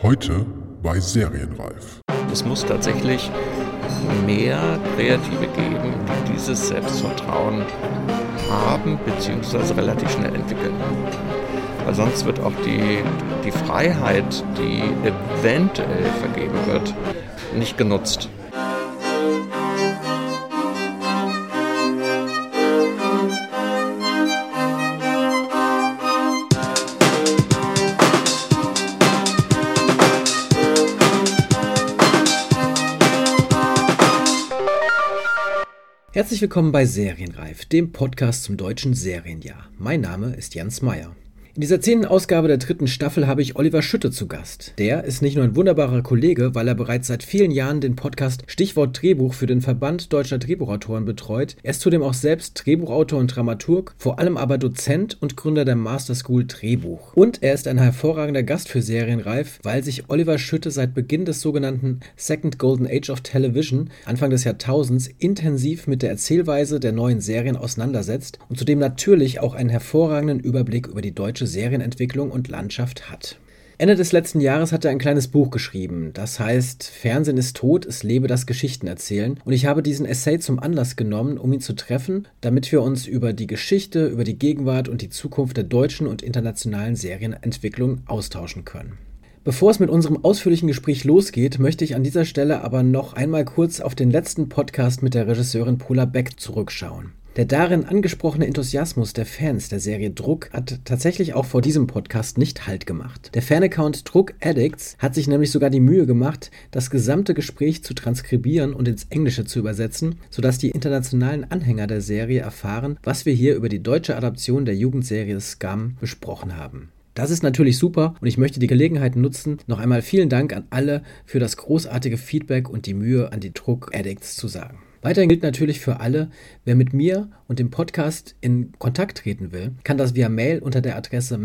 Heute bei Serienreif. Es muss tatsächlich mehr Kreative geben, die dieses Selbstvertrauen haben bzw. relativ schnell entwickeln. Weil sonst wird auch die Freiheit, die eventuell vergeben wird, nicht genutzt. Herzlich willkommen bei Serienreif, dem Podcast zum deutschen Serienjahr. Mein Name ist Jens Meyer. In dieser 10. Ausgabe der 3. Staffel habe ich Oliver Schütte zu Gast. Der ist nicht nur ein wunderbarer Kollege, weil er bereits seit vielen Jahren den Podcast Stichwort Drehbuch für den Verband Deutscher Drehbuchautoren betreut. Er ist zudem auch selbst Drehbuchautor und Dramaturg, vor allem aber Dozent und Gründer der Master School Drehbuch. Und er ist ein hervorragender Gast für Serienreif, weil sich Oliver Schütte seit Beginn des sogenannten Second Golden Age of Television, Anfang des Jahrtausends, intensiv mit der Erzählweise der neuen Serien auseinandersetzt und zudem natürlich auch einen hervorragenden Überblick über die deutsche Serienentwicklung und Landschaft hat. Ende des letzten Jahres hat er ein kleines Buch geschrieben, das heißt Fernsehen ist tot, es lebe das Geschichtenerzählen, und ich habe diesen Essay zum Anlass genommen, um ihn zu treffen, damit wir uns über die Geschichte, über die Gegenwart und die Zukunft der deutschen und internationalen Serienentwicklung austauschen können. Bevor es mit unserem ausführlichen Gespräch losgeht, möchte ich an dieser Stelle aber noch einmal kurz auf den letzten Podcast mit der Regisseurin Paula Beck zurückschauen. Der darin angesprochene Enthusiasmus der Fans der Serie Druck hat tatsächlich auch vor diesem Podcast nicht Halt gemacht. Der Fan-Account Druck Addicts hat sich nämlich sogar die Mühe gemacht, das gesamte Gespräch zu transkribieren und ins Englische zu übersetzen, sodass die internationalen Anhänger der Serie erfahren, was wir hier über die deutsche Adaption der Jugendserie Scum besprochen haben. Das ist natürlich super und ich möchte die Gelegenheit nutzen, noch einmal vielen Dank an alle für das großartige Feedback und die Mühe an die Druck Addicts zu sagen. Weiterhin gilt natürlich für alle, wer mit mir und dem Podcast in Kontakt treten will, kann das via Mail unter der Adresse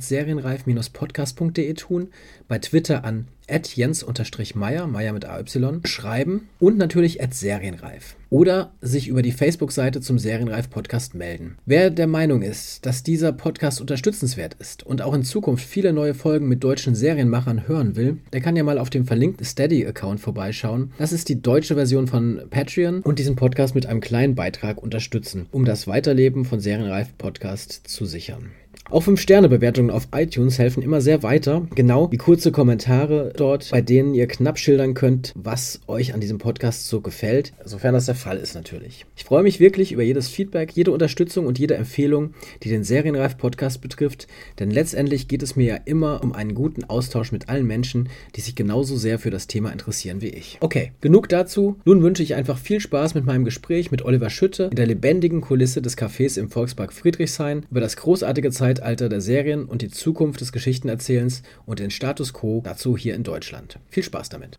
mail@serienreif-podcast.de tun, bei Twitter an @jens_meyer, Meyer mit AY, schreiben und natürlich @serienreif. Oder sich über die Facebook-Seite zum Serienreif-Podcast melden. Wer der Meinung ist, dass dieser Podcast unterstützenswert ist und auch in Zukunft viele neue Folgen mit deutschen Serienmachern hören will, der kann ja mal auf dem verlinkten Steady-Account vorbeischauen. Das ist die deutsche Version von Patreon und diesen Podcast mit einem kleinen Beitrag unterstützen, um das Weiterleben von Serienreif-Podcast zu sichern. Auch 5-Sterne-Bewertungen auf iTunes helfen immer sehr weiter, genau wie kurze Kommentare dort, bei denen ihr knapp schildern könnt, was euch an diesem Podcast so gefällt, sofern das der Fall ist natürlich. Ich freue mich wirklich über jedes Feedback, jede Unterstützung und jede Empfehlung, die den Serienreif-Podcast betrifft, denn letztendlich geht es mir ja immer um einen guten Austausch mit allen Menschen, die sich genauso sehr für das Thema interessieren wie ich. Okay, genug dazu. Nun wünsche ich einfach viel Spaß mit meinem Gespräch mit Oliver Schütte in der lebendigen Kulisse des Cafés im Volkspark Friedrichshain über das großartige Zeitalter der Serien und die Zukunft des Geschichtenerzählens und den Status quo dazu hier in Deutschland. Viel Spaß damit.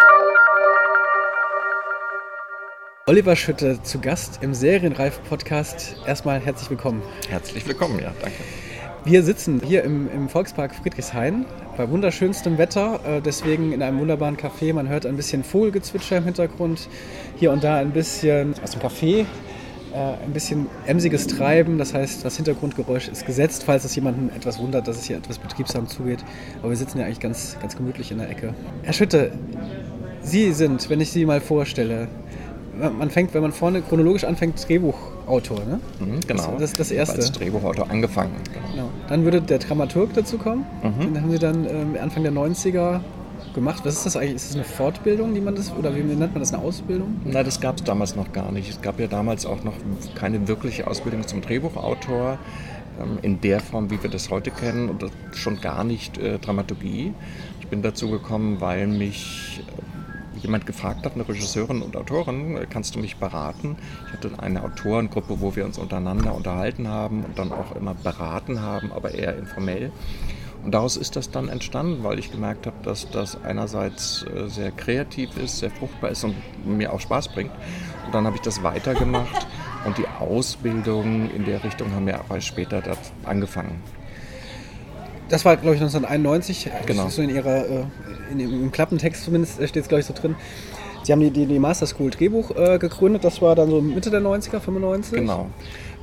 Oliver Schütte zu Gast im Serienreif-Podcast. Erstmal herzlich willkommen. Herzlich willkommen, ja, danke. Wir sitzen hier im Volkspark Friedrichshain bei wunderschönstem Wetter, deswegen in einem wunderbaren Café. Man hört ein bisschen Vogelgezwitscher im Hintergrund, hier und da ein bisschen aus dem Café. Ein bisschen emsiges Treiben, das heißt, das Hintergrundgeräusch ist gesetzt, falls es jemanden etwas wundert, dass es hier etwas betriebsam zugeht. Aber wir sitzen ja eigentlich ganz, ganz gemütlich in der Ecke. Herr Schütte, Sie sind, wenn ich Sie mal vorstelle, wenn man vorne chronologisch anfängt, Drehbuchautor, ne? Genau. Das ist das Erste. Als Drehbuchautor angefangen. Genau. Dann würde der Dramaturg dazu kommen. Den haben Sie dann Anfang der 90er gemacht. Was ist das eigentlich? Ist das eine Fortbildung, oder wie nennt man das, eine Ausbildung? Nein, das gab es damals noch gar nicht. Es gab ja damals auch noch keine wirkliche Ausbildung zum Drehbuchautor in der Form, wie wir das heute kennen, und schon gar nicht Dramaturgie. Ich bin dazu gekommen, weil mich jemand gefragt hat, eine Regisseurin und Autorin, kannst du mich beraten? Ich hatte eine Autorengruppe, wo wir uns untereinander unterhalten haben und dann auch immer beraten haben, aber eher informell. Und daraus ist das dann entstanden, weil ich gemerkt habe, dass das einerseits sehr kreativ ist, sehr fruchtbar ist und mir auch Spaß bringt. Und dann habe ich das weitergemacht und die Ausbildung in der Richtung haben wir aber später angefangen. Das war, glaube ich, 1991. Genau. So im Klappentext zumindest steht es, glaube ich, so drin. Sie haben die Master School Drehbuch gegründet, das war dann so Mitte der 90er, 95? Genau.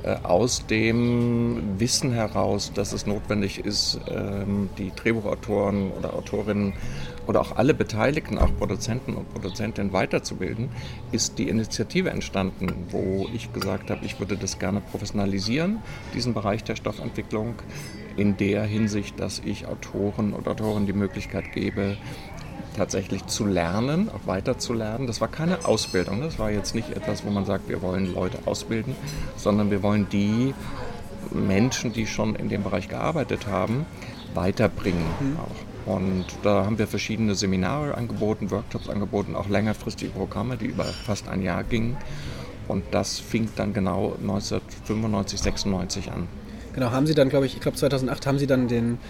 aus dem Wissen heraus, dass es notwendig ist, die Drehbuchautoren oder Autorinnen oder auch alle Beteiligten, auch Produzenten und Produzentinnen weiterzubilden, ist die Initiative entstanden, wo ich gesagt habe, ich würde das gerne professionalisieren, diesen Bereich der Stoffentwicklung, in der Hinsicht, dass ich Autoren und Autorinnen die Möglichkeit gebe, tatsächlich zu lernen, auch weiter zu lernen. Das war keine Ausbildung, das war jetzt nicht etwas, wo man sagt, wir wollen Leute ausbilden, sondern wir wollen die Menschen, die schon in dem Bereich gearbeitet haben, weiterbringen auch. Und da haben wir verschiedene Seminare angeboten, Workshops angeboten, auch längerfristige Programme, die über fast ein Jahr gingen. Und das fing dann genau 1995, 96 an. Genau, haben Sie dann, glaube ich 2008 haben Sie dann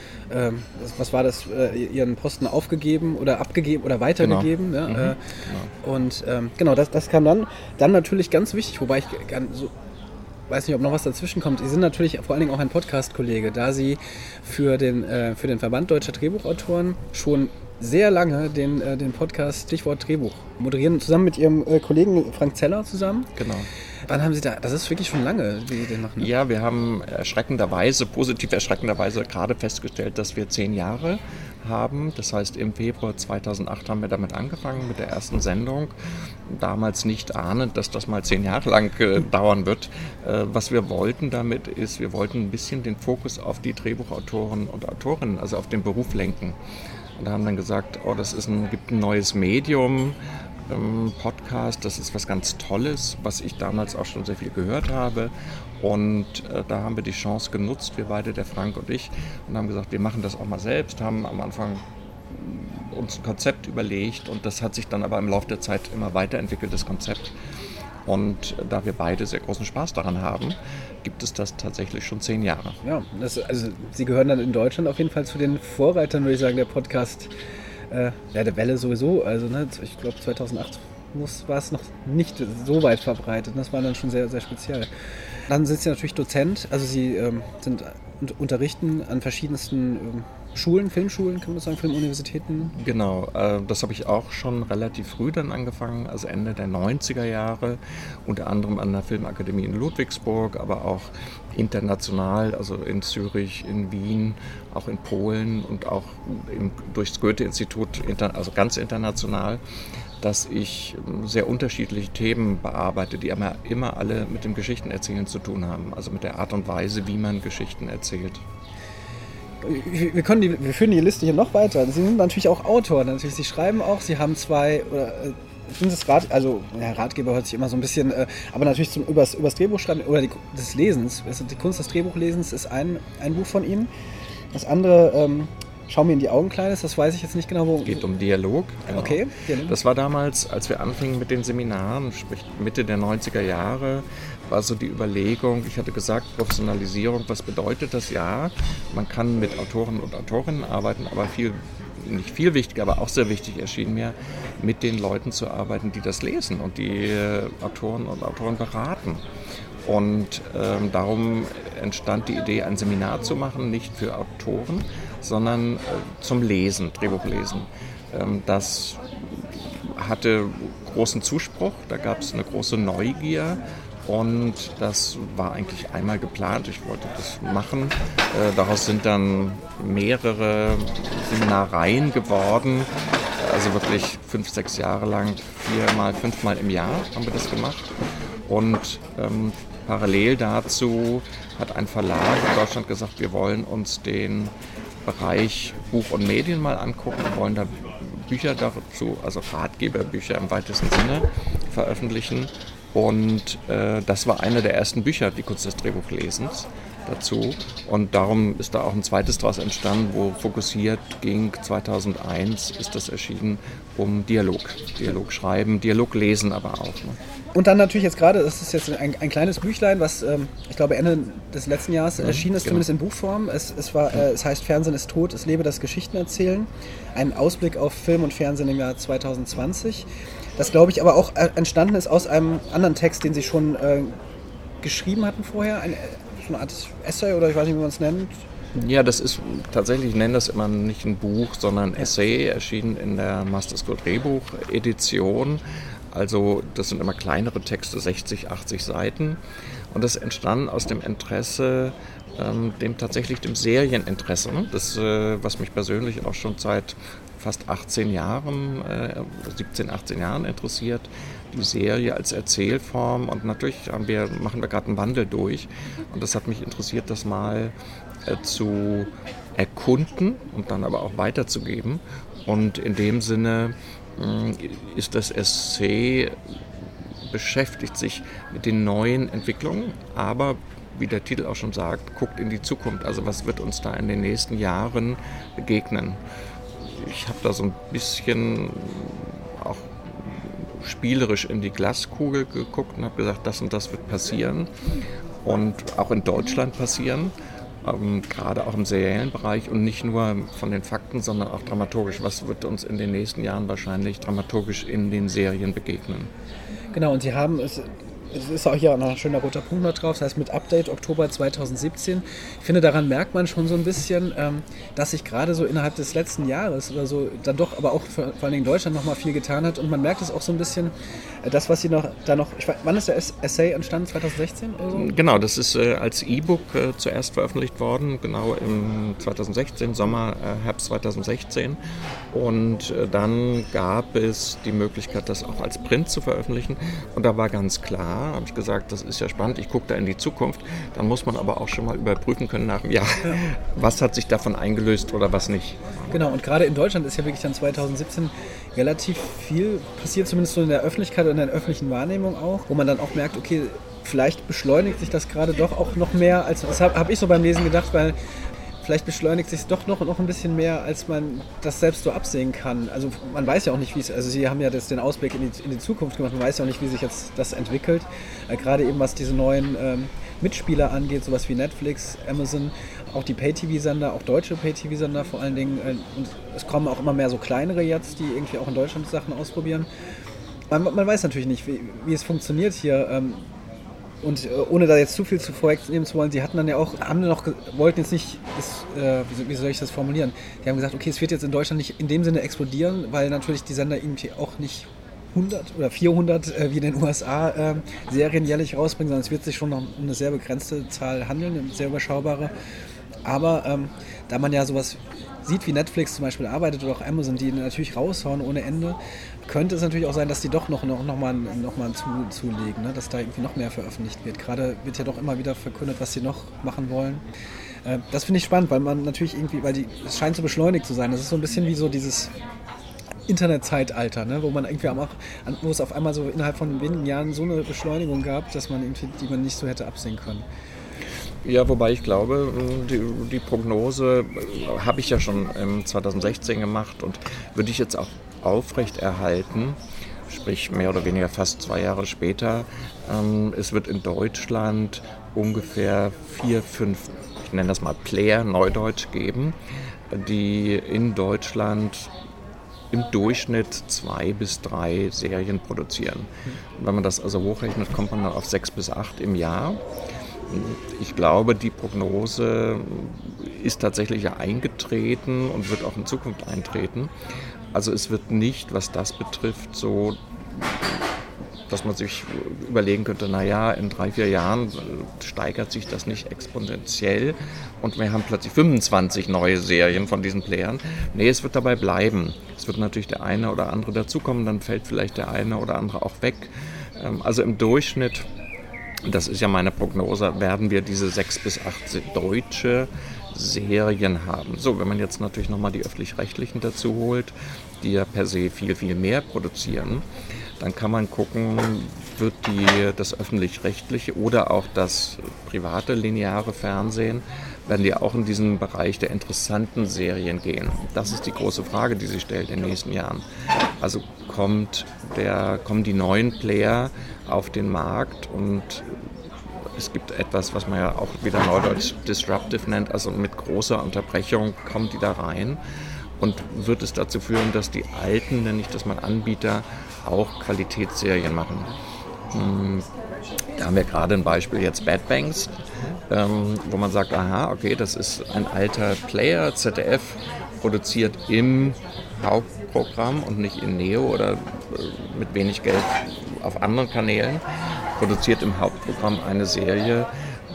Ihren Posten aufgegeben oder abgegeben oder weitergegeben. Genau. Ja, genau. Und genau, das kam dann natürlich ganz wichtig, wobei ich weiß nicht, ob noch was dazwischen kommt. Sie sind natürlich vor allen Dingen auch ein Podcast-Kollege, da Sie für den Verband Deutscher Drehbuchautoren schon sehr lange den Podcast Stichwort Drehbuch moderieren, zusammen mit Ihrem Kollegen Frank Zeller zusammen. Genau. Wann haben Sie das ist wirklich schon lange, wie Sie den machen? Ne? Ja, wir haben positiv erschreckenderweise gerade festgestellt, dass wir 10 Jahre haben. Das heißt, im Februar 2008 haben wir damit angefangen, mit der ersten Sendung. Damals nicht ahnend, dass das mal 10 Jahre lang dauern wird. Was wir wollten damit ist, wir wollten ein bisschen den Fokus auf die Drehbuchautoren und Autorinnen, also auf den Beruf lenken. Und haben dann gesagt, gibt ein neues Medium, Podcast, das ist was ganz Tolles, was ich damals auch schon sehr viel gehört habe. Und da haben wir die Chance genutzt, wir beide, der Frank und ich, und haben gesagt, wir machen das auch mal selbst, haben am Anfang uns ein Konzept überlegt und das hat sich dann aber im Laufe der Zeit immer weiterentwickelt, das Konzept. Und da wir beide sehr großen Spaß daran haben, gibt es das tatsächlich schon 10 Jahre. Ja, Sie gehören dann in Deutschland auf jeden Fall zu den Vorreitern, würde ich sagen, der Podcast. Der Welle sowieso, also ich glaube 2008 war es noch nicht so weit verbreitet, das war dann schon sehr, sehr speziell. Dann sind Sie natürlich Dozent, also Sie unterrichten an verschiedensten Schulen, Filmschulen, kann man sagen, Filmuniversitäten. Genau, das habe ich auch schon relativ früh dann angefangen, also Ende der 90er Jahre, unter anderem an der Filmakademie in Ludwigsburg, aber auch international, also in Zürich, in Wien, auch in Polen und auch durchs Goethe-Institut, also ganz international, dass ich sehr unterschiedliche Themen bearbeite, die immer alle mit dem Geschichtenerzählen zu tun haben, also mit der Art und Weise, wie man Geschichten erzählt. Wir führen die Liste hier noch weiter. Sie sind natürlich auch Autor. Natürlich. Sie schreiben auch, Sie haben 2 Ratgeber hört sich immer so ein bisschen, aber natürlich übers Drehbuchschreiben oder des Lesens, die Kunst des Drehbuchlesens ist ein Buch von Ihnen. Das andere, Schau mir in die Augen, Kleines, das weiß ich jetzt nicht genau, wo. Es geht um Dialog. Genau. Okay. Dialog. Das war damals, als wir anfingen mit den Seminaren, sprich Mitte der 90er Jahre, war so die Überlegung, ich hatte gesagt, Professionalisierung, was bedeutet das? Ja, man kann mit Autoren und Autorinnen arbeiten, aber nicht viel wichtiger, aber auch sehr wichtig erschien mir, mit den Leuten zu arbeiten, die das lesen und die Autoren und Autoren beraten. Und darum entstand die Idee, ein Seminar zu machen, nicht für Autoren, sondern zum Lesen, Drehbuchlesen. Das hatte großen Zuspruch, da gab es eine große Neugier und das war eigentlich einmal geplant, ich wollte das machen. Daraus sind dann mehrere Seminareien geworden, also wirklich 5-6 Jahre lang, 4-5 Mal im Jahr haben wir das gemacht. Und parallel dazu hat ein Verlag in Deutschland gesagt, wir wollen uns den Bereich Buch und Medien mal angucken, wollen da Bücher dazu, also Ratgeberbücher im weitesten Sinne veröffentlichen. Und das war eine der ersten Bücher, die Kunst des Drehbuchlesens dazu. Und darum ist da auch ein zweites daraus entstanden, wo fokussiert ging, 2001 ist das erschienen, um Dialog schreiben, Dialog lesen aber auch. Ne? Und dann natürlich jetzt gerade, das ist jetzt ein kleines Büchlein, was ich glaube Ende des letzten Jahres erschienen ist, genau. Zumindest in Buchform. Es heißt Fernsehen ist tot, es lebe das Geschichtenerzählen. Ein Ausblick auf Film und Fernsehen im Jahr 2020. Das glaube ich aber auch entstanden ist aus einem anderen Text, den Sie schon geschrieben hatten vorher. So eine Art Essay oder ich weiß nicht, wie man es nennt. Ja, das ist tatsächlich, ich nenne das immer nicht ein Buch, sondern ein Essay, erschienen in der Master School Drehbuch Edition. Also das sind immer kleinere Texte, 60, 80 Seiten. Und das entstand aus dem Interesse, dem Serieninteresse. Ne? Das, was mich persönlich auch schon seit fast 18 Jahren, 17, 18 Jahren interessiert, die Serie als Erzählform. Und natürlich machen wir gerade einen Wandel durch. Und das hat mich interessiert, das mal zu erkunden und dann aber auch weiterzugeben. Und in dem Sinne ist das Essay beschäftigt sich mit den neuen Entwicklungen, aber wie der Titel auch schon sagt, guckt in die Zukunft. Also was wird uns da in den nächsten Jahren begegnen? Ich habe da so ein bisschen auch spielerisch in die Glaskugel geguckt und habe gesagt, das und das wird passieren und auch in Deutschland passieren. Gerade auch im seriellen Bereich und nicht nur von den Fakten, sondern auch dramaturgisch. Was wird uns in den nächsten Jahren wahrscheinlich dramaturgisch in den Serien begegnen? Genau, und Sie haben es ist auch hier noch ein schöner roter Punkt noch drauf, das heißt mit Update Oktober 2017. Ich finde, daran merkt man schon so ein bisschen, dass sich gerade so innerhalb des letzten Jahres oder so dann doch, aber auch vor allen Dingen in Deutschland noch mal viel getan hat und man merkt es auch so ein bisschen, das, was Sie wann ist der Essay entstanden, 2016 oder so? Genau, das ist als E-Book zuerst veröffentlicht worden, genau im 2016, Sommer, Herbst 2016 und dann gab es die Möglichkeit, das auch als Print zu veröffentlichen und da war ganz klar, habe ich gesagt, das ist ja spannend, ich gucke da in die Zukunft, dann muss man aber auch schon mal überprüfen können nach dem Jahr, was hat sich davon eingelöst oder was nicht. Genau, und gerade in Deutschland ist ja wirklich dann 2017 relativ viel passiert, zumindest so in der Öffentlichkeit und in der öffentlichen Wahrnehmung auch, wo man dann auch merkt, okay, vielleicht beschleunigt sich das gerade doch auch noch mehr, als das habe ich so beim Lesen gedacht, weil vielleicht beschleunigt sich es doch noch ein bisschen mehr, als man das selbst so absehen kann. Also man weiß ja auch nicht, wie es, also Sie haben ja den Ausblick in die Zukunft gemacht, man weiß ja auch nicht, wie sich jetzt das entwickelt. Gerade eben was diese neuen Mitspieler angeht, sowas wie Netflix, Amazon, auch die Pay-TV-Sender, auch deutsche Pay-TV-Sender vor allen Dingen. Und es kommen auch immer mehr so kleinere jetzt, die irgendwie auch in Deutschland Sachen ausprobieren. Man weiß natürlich nicht, wie es funktioniert hier. Und ohne da jetzt zu viel vorwegnehmen zu wollen, sie hatten dann ja auch, wollten jetzt nicht, wie soll ich das formulieren? Die haben gesagt, okay, es wird jetzt in Deutschland nicht in dem Sinne explodieren, weil natürlich die Sender irgendwie auch nicht 100 oder 400 wie in den USA Serien jährlich rausbringen, sondern es wird sich schon noch um eine sehr begrenzte Zahl handeln, eine sehr überschaubare. Aber da man ja sowas sieht, wie Netflix zum Beispiel arbeitet oder auch Amazon, die natürlich raushauen ohne Ende, könnte es natürlich auch sein, dass die doch noch mal zulegen, ne? Dass da irgendwie noch mehr veröffentlicht wird. Gerade wird ja doch immer wieder verkündet, was sie noch machen wollen. Das finde ich spannend, weil man natürlich irgendwie, es scheint so beschleunigt zu sein. Das ist so ein bisschen wie so dieses Internetzeitalter, ne? Wo man irgendwie wo es auf einmal so innerhalb von wenigen Jahren so eine Beschleunigung gab, dass man irgendwie, die man nicht so hätte absehen können. Ja, wobei ich glaube, die Prognose habe ich ja schon 2016 gemacht und würde ich jetzt auch aufrechterhalten, sprich mehr oder weniger fast 2 Jahre später. Es wird in Deutschland ungefähr 4, 5, ich nenne das mal Player, Neudeutsch geben, die in Deutschland im Durchschnitt 2 bis 3 Serien produzieren. Und wenn man das also hochrechnet, kommt man dann auf 6 bis 8 im Jahr. Ich glaube, die Prognose ist tatsächlich ja eingetreten und wird auch in Zukunft eintreten. Also es wird nicht, was das betrifft, so, dass man sich überlegen könnte, naja, in 3, 4 Jahren steigert sich das nicht exponentiell und wir haben plötzlich 25 neue Serien von diesen Playern. Nee, es wird dabei bleiben. Es wird natürlich der eine oder andere dazukommen, dann fällt vielleicht der eine oder andere auch weg. Also im Durchschnitt, das ist ja meine Prognose, werden wir diese 6 bis 8 deutsche Serien haben. So, wenn man jetzt natürlich nochmal die Öffentlich-Rechtlichen dazu holt, die ja per se viel, viel mehr produzieren, dann kann man gucken, wird das Öffentlich-Rechtliche oder auch das private lineare Fernsehen, werden die auch in diesen Bereich der interessanten Serien gehen. Das ist die große Frage, die sich stellt in den nächsten Jahren. Also kommen die neuen Player auf den Markt und es gibt etwas, was man ja auch wieder neudeutsch disruptive nennt, also mit großer Unterbrechung kommen die da rein und wird es dazu führen, dass die alten, nenne ich das mal Anbieter, auch Qualitätsserien machen. Da haben wir gerade ein Beispiel jetzt Bad Banks, wo man sagt, aha, okay, das ist ein alter Player, ZDF produziert im Hauptprogramm und nicht in Neo oder mit wenig Geld auf anderen Kanälen, produziert im Hauptprogramm eine Serie,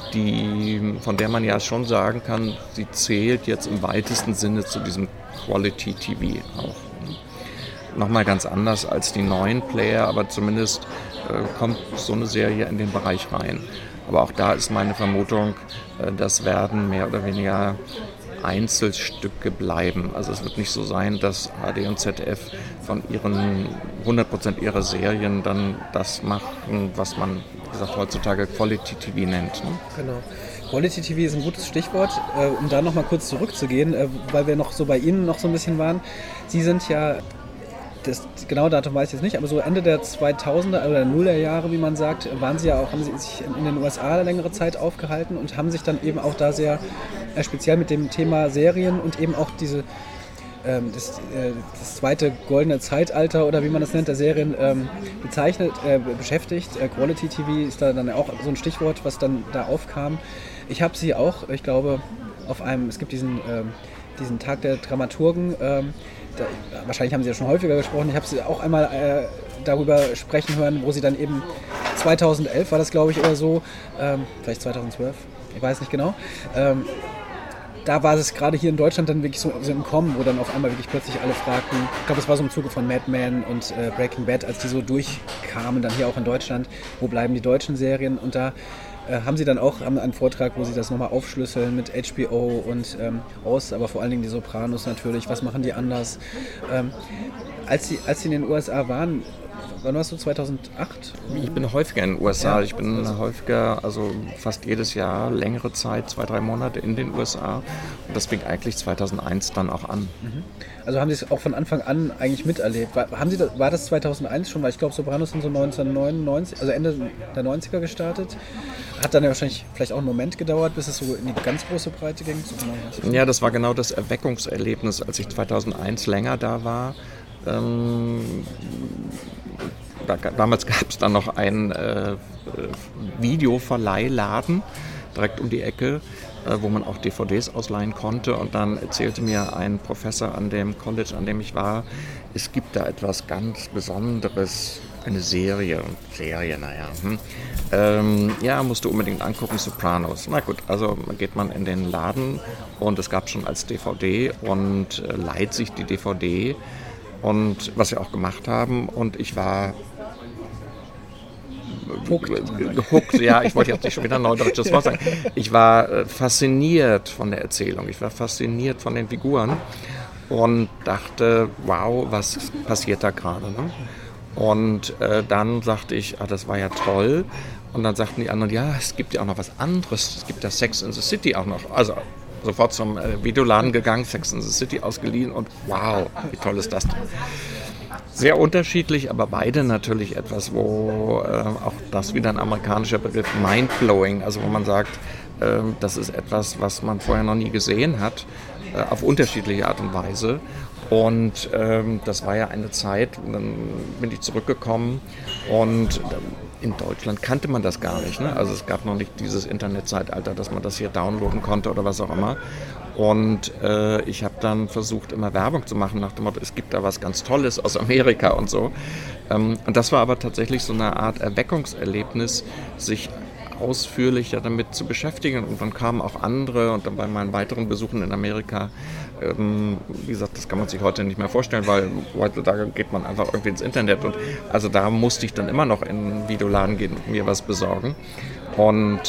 von der man ja schon sagen kann, sie zählt jetzt im weitesten Sinne zu diesem Quality TV auch. Nochmal ganz anders als die neuen Player, aber zumindest kommt so eine Serie in den Bereich rein. Aber auch da ist meine Vermutung, das werden mehr oder weniger Einzelstücke bleiben. Also es wird nicht so sein, dass ARD und ZDF von 100% ihrer Serien dann das machen, was man, wie gesagt, heutzutage Quality TV nennt. Ne? Genau. Quality TV ist ein gutes Stichwort, um da nochmal kurz zurückzugehen, weil wir noch so bei Ihnen noch so ein bisschen waren. Sie sind ja, das genaue Datum weiß ich jetzt nicht, aber so Ende der 2000er oder Nullerjahre, wie man sagt, haben Sie sich in den USA längere Zeit aufgehalten und haben sich dann eben auch da sehr speziell mit dem Thema Serien und eben auch das zweite goldene Zeitalter oder wie man das nennt, der Serien beschäftigt. Quality TV ist da dann auch so ein Stichwort, was dann da aufkam. Ich habe Sie auch, ich glaube, es gibt diesen Tag der Dramaturgen, wahrscheinlich haben Sie ja schon häufiger gesprochen, ich habe Sie auch einmal darüber sprechen hören, wo Sie dann eben 2011 war das, glaube ich, oder so, vielleicht 2012, ich weiß nicht genau, da war es gerade hier in Deutschland dann wirklich so im Kommen, wo dann auf einmal wirklich plötzlich alle fragten, ich glaube, das war so im Zuge von Mad Men und Breaking Bad, als die so durchkamen, dann hier auch in Deutschland, wo bleiben die deutschen Serien, und da haben Sie dann auch einen Vortrag, wo Sie das nochmal aufschlüsseln mit HBO und aber vor allen Dingen die Sopranos natürlich, was machen die anders. Als Sie in den USA waren, wann warst du, 2008? Ich bin häufiger in den USA. Ja, ich bin häufiger, also fast jedes Jahr, längere Zeit, 2-3 Monate in den USA. Und das fing eigentlich 2001 dann auch an. Also haben Sie es auch von Anfang an eigentlich miterlebt? War das 2001 schon? Weil ich glaube, Sopranos sind so 1999, also Ende der 90er gestartet. Hat dann ja wahrscheinlich vielleicht auch einen Moment gedauert, bis es so in die ganz große Breite ging. Ja, das war genau das Erweckungserlebnis, als ich 2001 länger da war. Damals gab es dann noch einen Videoverleihladen direkt um die Ecke, wo man auch DVDs ausleihen konnte. Und dann erzählte mir ein Professor an dem College, an dem ich war, es gibt da etwas ganz Besonderes, eine Serie, ja, musst du unbedingt angucken, Sopranos. Na gut, also geht man in den Laden und es gab schon als DVD und leiht sich die DVD. Und was wir auch gemacht haben, und ich war gehuckt, ja, ich wollte jetzt nicht schon wieder ein neudeutsches Wort sagen. Ich war fasziniert von der Erzählung, ich war fasziniert von den Figuren und dachte, wow, was passiert da gerade? Ne? Und dann sagte ich, das war ja toll. Und dann sagten die anderen, ja, es gibt ja auch noch was anderes, es gibt ja Sex in the City auch noch. Also sofort zum Videoladen gegangen, Sex in the City ausgeliehen und wow, wie toll ist das denn? Sehr unterschiedlich, aber beide natürlich etwas, wo auch das wieder ein amerikanischer Begriff, mindblowing, also wo man sagt, das ist etwas, was man vorher noch nie gesehen hat, auf unterschiedliche Art und Weise. Und das war ja eine Zeit, dann bin ich zurückgekommen und in Deutschland kannte man das gar nicht. Ne? Also es gab noch nicht dieses Internetzeitalter, dass man das hier downloaden konnte oder was auch immer. Und ich habe dann versucht, immer Werbung zu machen nach dem Motto, es gibt da was ganz Tolles aus Amerika und so. Und das war aber tatsächlich so eine Art Erweckungserlebnis, sich ausführlicher damit zu beschäftigen. Und dann kamen auch andere und dann bei meinen weiteren Besuchen in Amerika, wie gesagt, das kann man sich heute nicht mehr vorstellen, weil heutzutage geht man einfach irgendwie ins Internet und also da musste ich dann immer noch in einen Videoladen gehen und mir was besorgen. Und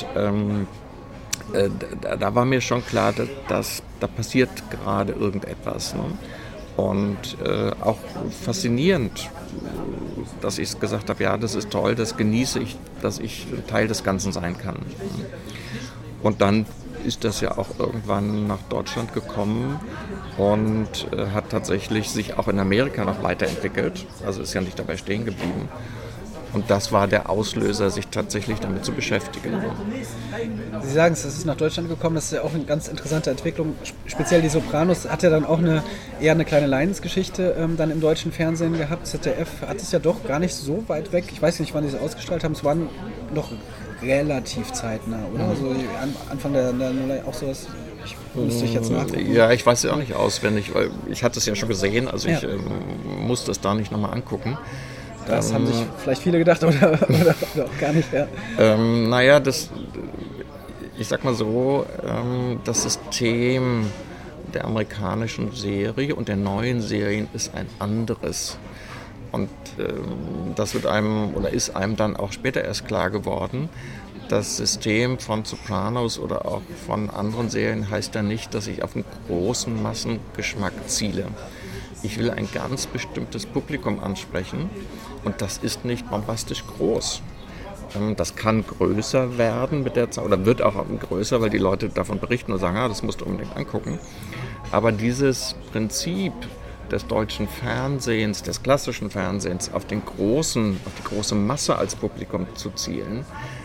da war mir schon klar, dass da passiert gerade irgendetwas. Ne? Und auch faszinierend, dass ich gesagt habe, ja, das ist toll, das genieße ich, dass ich Teil des Ganzen sein kann. Und dann ist das ja auch irgendwann nach Deutschland gekommen und hat tatsächlich sich auch in Amerika noch weiterentwickelt. Also ist ja nicht dabei stehen geblieben. Und das war der Auslöser, sich tatsächlich damit zu beschäftigen. Sie sagen es, ist nach Deutschland gekommen, das ist ja auch eine ganz interessante Entwicklung. Speziell die Sopranos hat ja dann auch eher eine kleine Leidensgeschichte dann im deutschen Fernsehen gehabt. ZDF hat es ja doch gar nicht so weit weg. Ich weiß nicht, wann sie es ausgestrahlt haben. Es war noch relativ zeitnah, oder? Also Anfang der auch sowas. Müsste ich jetzt nachgucken. Ja, ich weiß ja auch nicht auswendig, weil ich hatte es ja schon gesehen. Also ich muss das da nicht nochmal angucken. Das haben sich vielleicht viele gedacht oder auch gar nicht. Ja. Ich sag mal so, das System der amerikanischen Serie und der neuen Serien ist ein anderes. Und das ist einem dann auch später erst klar geworden. Das System von Sopranos oder auch von anderen Serien heißt ja nicht, dass ich auf einen großen Massengeschmack ziele. Ich will ein ganz bestimmtes Publikum ansprechen und das ist nicht bombastisch groß. Das kann größer werden mit der Zeit oder wird auch größer, weil die Leute davon berichten und sagen, das musst du unbedingt angucken. Aber dieses Prinzip des deutschen Fernsehens, des klassischen Fernsehens, auf die große Masse als Publikum zu zielen,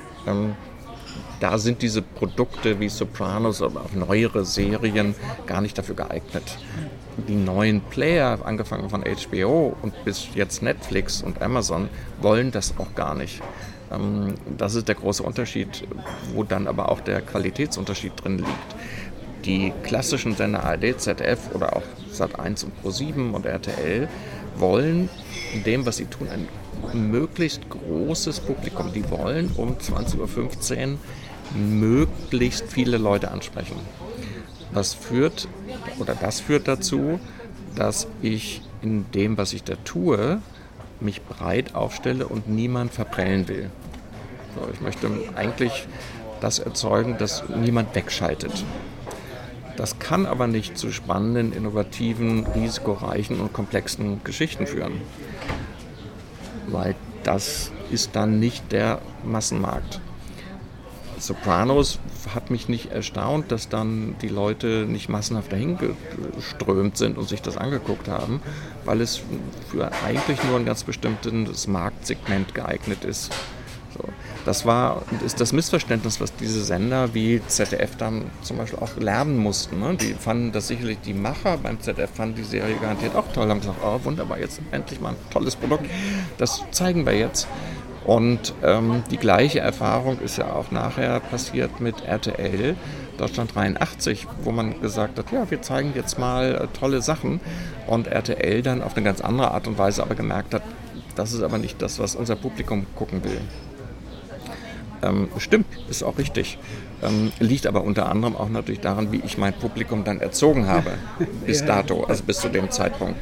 da sind diese Produkte wie Sopranos oder auch neuere Serien gar nicht dafür geeignet. Die neuen Player, angefangen von HBO und bis jetzt Netflix und Amazon, wollen das auch gar nicht. Das ist der große Unterschied, wo dann aber auch der Qualitätsunterschied drin liegt. Die klassischen Sender ARD, ZDF oder auch Sat1 und Pro7 und RTL wollen in dem, was sie tun, ein möglichst großes Publikum. Die wollen um 20.15 Uhr möglichst viele Leute ansprechen. Das führt dazu, dass ich in dem, was ich da tue, mich breit aufstelle und niemand verprellen will. So, ich möchte eigentlich das erzeugen, dass niemand wegschaltet. Das kann aber nicht zu spannenden, innovativen, risikoreichen und komplexen Geschichten führen. Weil das ist dann nicht der Massenmarkt. Sopranos hat mich nicht erstaunt, dass dann die Leute nicht massenhaft dahin geströmt sind und sich das angeguckt haben, weil es für eigentlich nur ein ganz bestimmtes Marktsegment geeignet ist. So. Das ist das Missverständnis, was diese Sender wie ZDF dann zum Beispiel auch lernen mussten. Ne? Die fanden das sicherlich, die Macher beim ZDF fanden die Serie garantiert auch toll, haben gesagt, wunderbar, jetzt endlich mal ein tolles Produkt, das zeigen wir jetzt. Und die gleiche Erfahrung ist ja auch nachher passiert mit RTL, Deutschland 83, wo man gesagt hat, ja, wir zeigen jetzt mal tolle Sachen. Und RTL dann auf eine ganz andere Art und Weise aber gemerkt hat, das ist aber nicht das, was unser Publikum gucken will. Stimmt, ist auch richtig. Liegt aber unter anderem auch natürlich daran, wie ich mein Publikum dann erzogen habe, bis dato, also bis zu dem Zeitpunkt.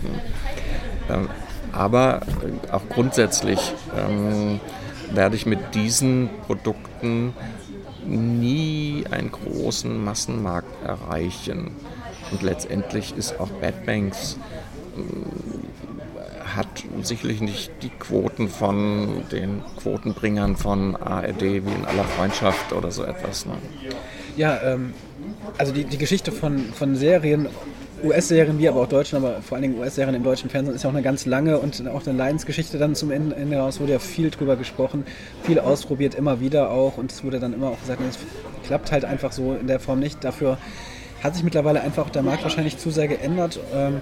Aber auch grundsätzlich werde ich mit diesen Produkten nie einen großen Massenmarkt erreichen. Und letztendlich ist auch Bad Banks hat sicherlich nicht die Quoten von den Quotenbringern von ARD wie in aller Freundschaft oder so etwas. Ne? Ja, also die Geschichte von Serien, US-Serien wie aber auch deutschen, aber vor allen Dingen US-Serien im deutschen Fernsehen ist ja auch eine ganz lange und auch eine Leidensgeschichte dann zum Ende raus, wurde ja viel drüber gesprochen, viel ausprobiert, immer wieder auch und es wurde dann immer auch gesagt, es klappt halt einfach so in der Form nicht. Dafür hat sich mittlerweile einfach der Markt wahrscheinlich zu sehr geändert.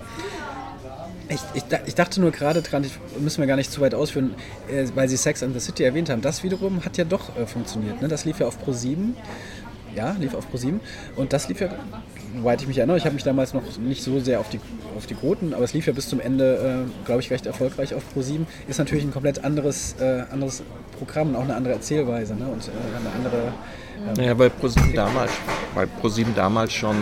Ich dachte nur gerade dran, müssen wir gar nicht zu weit ausführen, weil Sie Sex and the City erwähnt haben. Das wiederum hat ja doch funktioniert. Ne? Das lief ja auf Pro7. Ja, lief auf Pro7. Und das lief ja, soweit ich mich erinnere, ich habe mich damals noch nicht so sehr auf die Quoten, aber es lief ja bis zum Ende, glaube ich, recht erfolgreich auf Pro7. Ist natürlich ein komplett anderes Programm und auch eine andere Erzählweise. Ne? Und eine andere... Ja, weil ProSieben damals schon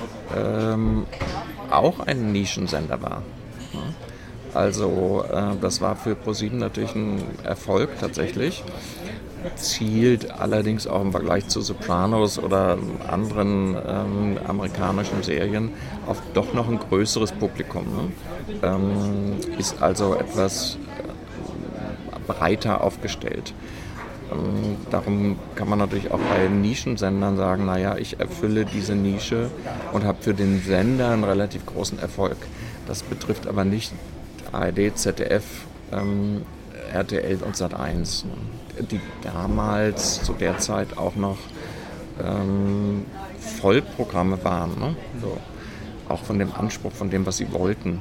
auch ein Nischensender war. Also das war für ProSieben natürlich ein Erfolg tatsächlich. Zielt allerdings auch im Vergleich zu Sopranos oder anderen amerikanischen Serien auf doch noch ein größeres Publikum. Ne? Ist also etwas breiter aufgestellt. Darum kann man natürlich auch bei Nischensendern sagen, naja, ich erfülle diese Nische und habe für den Sender einen relativ großen Erfolg. Das betrifft aber nicht ARD, ZDF, RTL und Sat1, die damals zu der Zeit auch noch Vollprogramme waren. Ne? So. Auch von dem Anspruch, von dem, was sie wollten.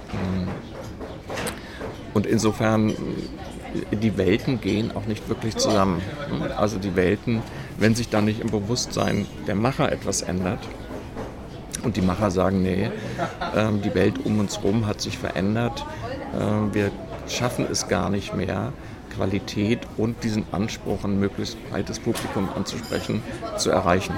Und insofern, die Welten gehen auch nicht wirklich zusammen. Also die Welten, wenn sich da nicht im Bewusstsein der Macher etwas ändert, Und die Macher sagen, nee, die Welt um uns herum hat sich verändert. Wir schaffen es gar nicht mehr, Qualität und diesen Anspruch, ein möglichst breites Publikum anzusprechen, zu erreichen.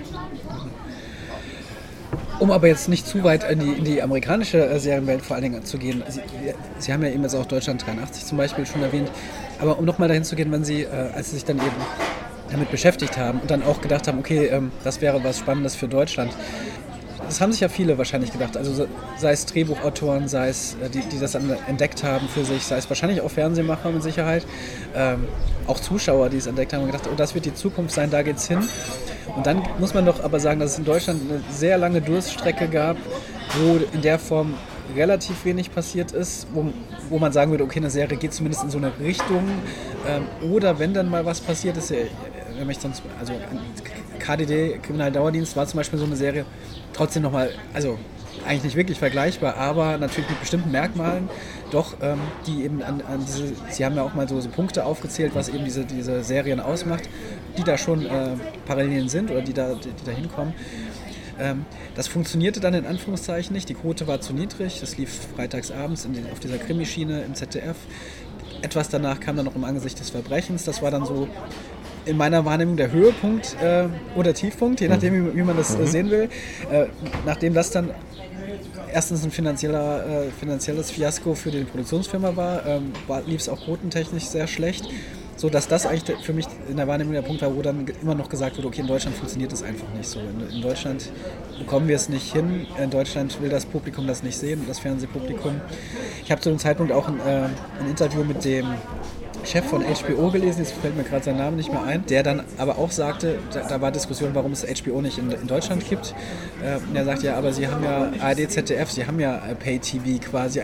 Um aber jetzt nicht zu weit in die amerikanische Serienwelt vor allen Dingen zu gehen. Sie haben ja eben jetzt auch Deutschland 83 zum Beispiel schon erwähnt. Aber um nochmal dahin zu gehen, wenn Sie, als Sie sich dann eben damit beschäftigt haben und dann auch gedacht haben, okay, das wäre was Spannendes für Deutschland. Das haben sich ja viele wahrscheinlich gedacht, also sei es Drehbuchautoren, sei es die das dann entdeckt haben für sich, sei es wahrscheinlich auch Fernsehmacher mit Sicherheit, auch Zuschauer, die es entdeckt haben und gedacht, oh, das wird die Zukunft sein, da geht's hin. Und dann muss man doch aber sagen, dass es in Deutschland eine sehr lange Durststrecke gab, wo in der Form relativ wenig passiert ist, wo man sagen würde, okay, eine Serie geht zumindest in so eine Richtung, oder wenn dann mal was passiert ist, wenn ich sonst, also KDD, Kriminaldauerdienst, war zum Beispiel so eine Serie, trotzdem nochmal, also eigentlich nicht wirklich vergleichbar, aber natürlich mit bestimmten Merkmalen doch, die eben an diese, Sie haben ja auch mal so Punkte aufgezählt, was eben diese Serien ausmacht, die da schon Parallelen sind oder die da hinkommen. Das funktionierte dann in Anführungszeichen nicht, die Quote war zu niedrig, das lief freitags abends auf dieser Krimischiene im ZDF. Etwas danach kam dann noch im Angesicht des Verbrechens, das war dann so in meiner Wahrnehmung der Höhepunkt oder Tiefpunkt, je nachdem, wie man das sehen will. Nachdem das dann erstens ein finanzielles Fiasko für die Produktionsfirma war, lief es auch quotentechnisch sehr schlecht, sodass das eigentlich für mich in der Wahrnehmung der Punkt war, wo dann immer noch gesagt wurde, okay, in Deutschland funktioniert das einfach nicht so. In Deutschland bekommen wir es nicht hin, in Deutschland will das Publikum das nicht sehen, das Fernsehpublikum. Ich habe zu dem Zeitpunkt auch ein Interview mit dem Chef von HBO gelesen, jetzt fällt mir gerade sein Name nicht mehr ein, der dann aber auch sagte, da war Diskussion, warum es HBO nicht in Deutschland gibt. Und er sagt, ja, aber Sie haben ja ARD, ZDF, Sie haben ja Pay-TV quasi,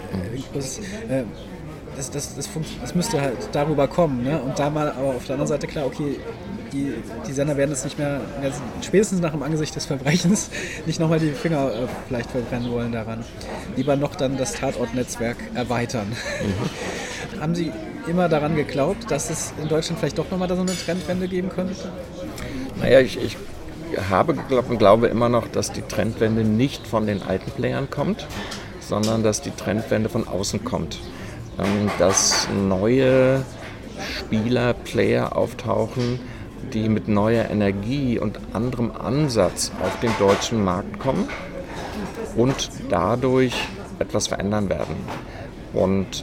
das müsste halt darüber kommen. Ne? Und da mal aber auf der anderen Seite klar, okay, die Sender werden es nicht mehr, spätestens nach dem Angesicht des Verbrechens, nicht nochmal die Finger vielleicht verbrennen wollen daran. Lieber noch dann das Tatort-Netzwerk erweitern. Haben Sie immer daran geglaubt, dass es in Deutschland vielleicht doch nochmal da so eine Trendwende geben könnte? Naja, ich habe geglaubt und glaube immer noch, dass die Trendwende nicht von den alten Playern kommt, sondern dass die Trendwende von außen kommt. Dass neue Spieler, Player auftauchen, die mit neuer Energie und anderem Ansatz auf den deutschen Markt kommen und dadurch etwas verändern werden. Und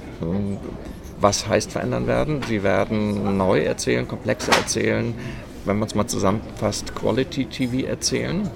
was heißt verändern werden? Sie werden neu erzählen, komplexer erzählen, wenn man es mal zusammenfasst, Quality TV erzählen.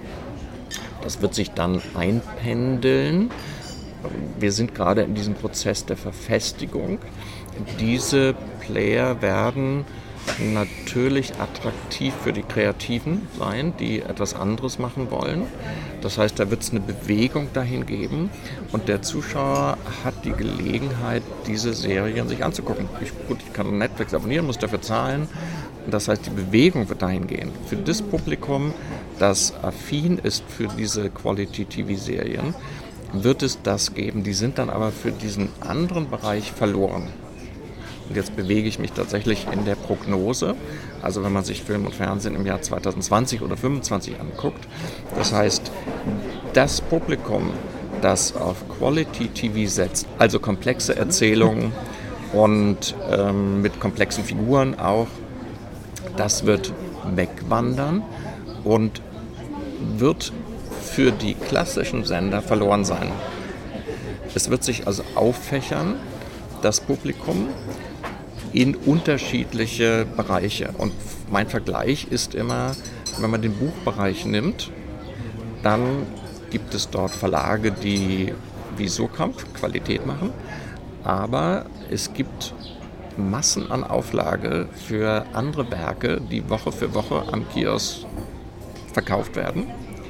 Das wird sich dann einpendeln. Wir sind gerade in diesem Prozess der Verfestigung. Diese Player werden natürlich attraktiv für die Kreativen sein, die etwas anderes machen wollen. Das heißt, da wird es eine Bewegung dahin geben und der Zuschauer hat die Gelegenheit, diese Serien sich anzugucken. Ich kann Netflix abonnieren, muss dafür zahlen. Das heißt, die Bewegung wird dahin gehen. Für das Publikum, das affin ist für diese Quality-TV-Serien, wird es das geben. Die sind dann aber für diesen anderen Bereich verloren. Und jetzt bewege ich mich tatsächlich in der Prognose, also wenn man sich Film und Fernsehen im Jahr 2020 oder 2025 anguckt. Das heißt, das Publikum, das auf Quality TV setzt, also komplexe Erzählungen und mit komplexen Figuren auch, das wird wegwandern und wird für die klassischen Sender verloren sein. Es wird sich also auffächern, das Publikum, in unterschiedliche Bereiche. Und mein Vergleich ist immer, wenn man den Buchbereich nimmt, dann gibt es dort Verlage, die wie Surkamp Qualität machen, aber es gibt Massen an Auflage für andere Werke, die Woche für Woche am Kiosk verkauft werden,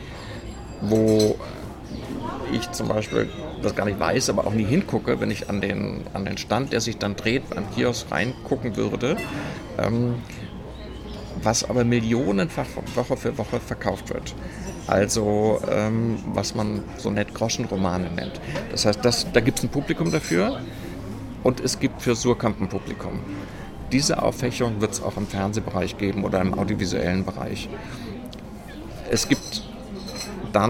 wo ich zum Beispiel das gar nicht weiß, aber auch nie hingucke, wenn ich an den Stand, der sich dann dreht, am Kiosk reingucken würde, was aber millionenfach Woche für Woche verkauft wird. Also was man so nett Groschenromane nennt. Das heißt, da gibt es ein Publikum dafür und es gibt für Surkamp ein Publikum. Diese Auffächerung wird es auch im Fernsehbereich geben oder im audiovisuellen Bereich. Es gibt dann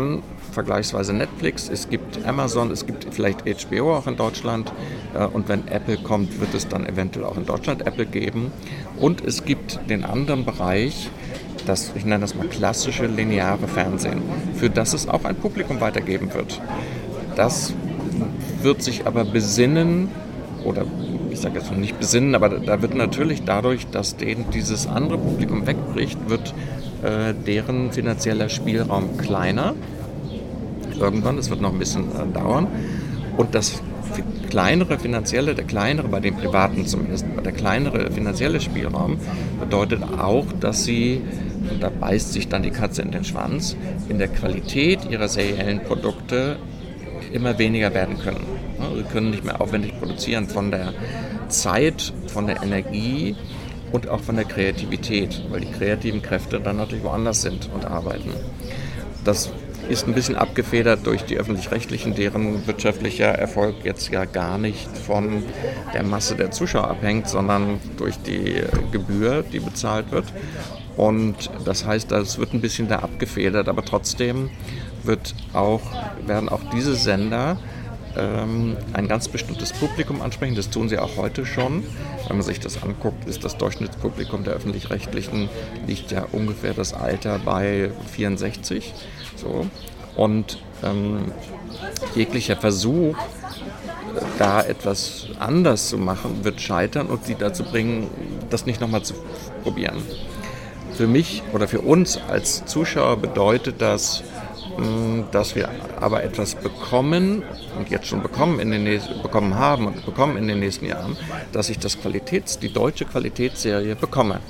vergleichsweise Netflix, es gibt Amazon, es gibt vielleicht HBO auch in Deutschland und wenn Apple kommt, wird es dann eventuell auch in Deutschland Apple geben. Und es gibt den anderen Bereich, ich nenne das mal klassische lineare Fernsehen, für das es auch ein Publikum weitergeben wird. Das wird sich aber besinnen, oder ich sage jetzt nicht besinnen, aber da wird natürlich dadurch, dass denen dieses andere Publikum wegbricht, wird deren finanzieller Spielraum kleiner. Irgendwann, das wird noch ein bisschen dauern. Und das der kleinere, bei den Privaten zumindest, der kleinere finanzielle Spielraum bedeutet auch, dass sie, und da beißt sich dann die Katze in den Schwanz, in der Qualität ihrer seriellen Produkte immer weniger werden können. Sie können nicht mehr aufwendig produzieren von der Zeit, von der Energie und auch von der Kreativität, weil die kreativen Kräfte dann natürlich woanders sind und arbeiten. Das ist ein bisschen abgefedert durch die Öffentlich-Rechtlichen, deren wirtschaftlicher Erfolg jetzt ja gar nicht von der Masse der Zuschauer abhängt, sondern durch die Gebühr, die bezahlt wird. Und das heißt, das wird ein bisschen da abgefedert, aber trotzdem werden auch diese Sender ein ganz bestimmtes Publikum ansprechen. Das tun sie auch heute schon. Wenn man sich das anguckt, ist das Durchschnittspublikum der Öffentlich-Rechtlichen liegt ja ungefähr das Alter bei 64. So. Und jeglicher Versuch, da etwas anders zu machen, wird scheitern und sie dazu bringen, das nicht nochmal zu probieren. Für mich oder für uns als Zuschauer bedeutet das, dass wir aber etwas bekommen und jetzt schon bekommen in den nächsten Jahren, dass ich die deutsche Qualitätsserie bekomme.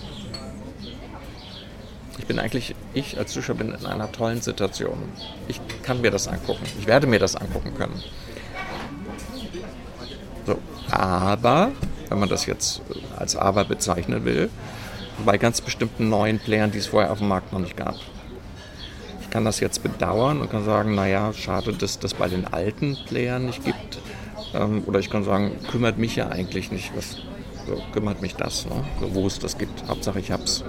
Ich als Zuschauer bin in einer tollen Situation. Ich kann mir das angucken. Ich werde mir das angucken können. So, aber, wenn man das jetzt als Aber bezeichnen will, bei ganz bestimmten neuen Playern, die es vorher auf dem Markt noch nicht gab. Ich kann das jetzt bedauern und kann sagen, naja, schade, dass das bei den alten Playern nicht gibt. Oder ich kann sagen, kümmert mich ja eigentlich nicht. Kümmert mich das, ne? Wo es das gibt. Hauptsache ich hab's.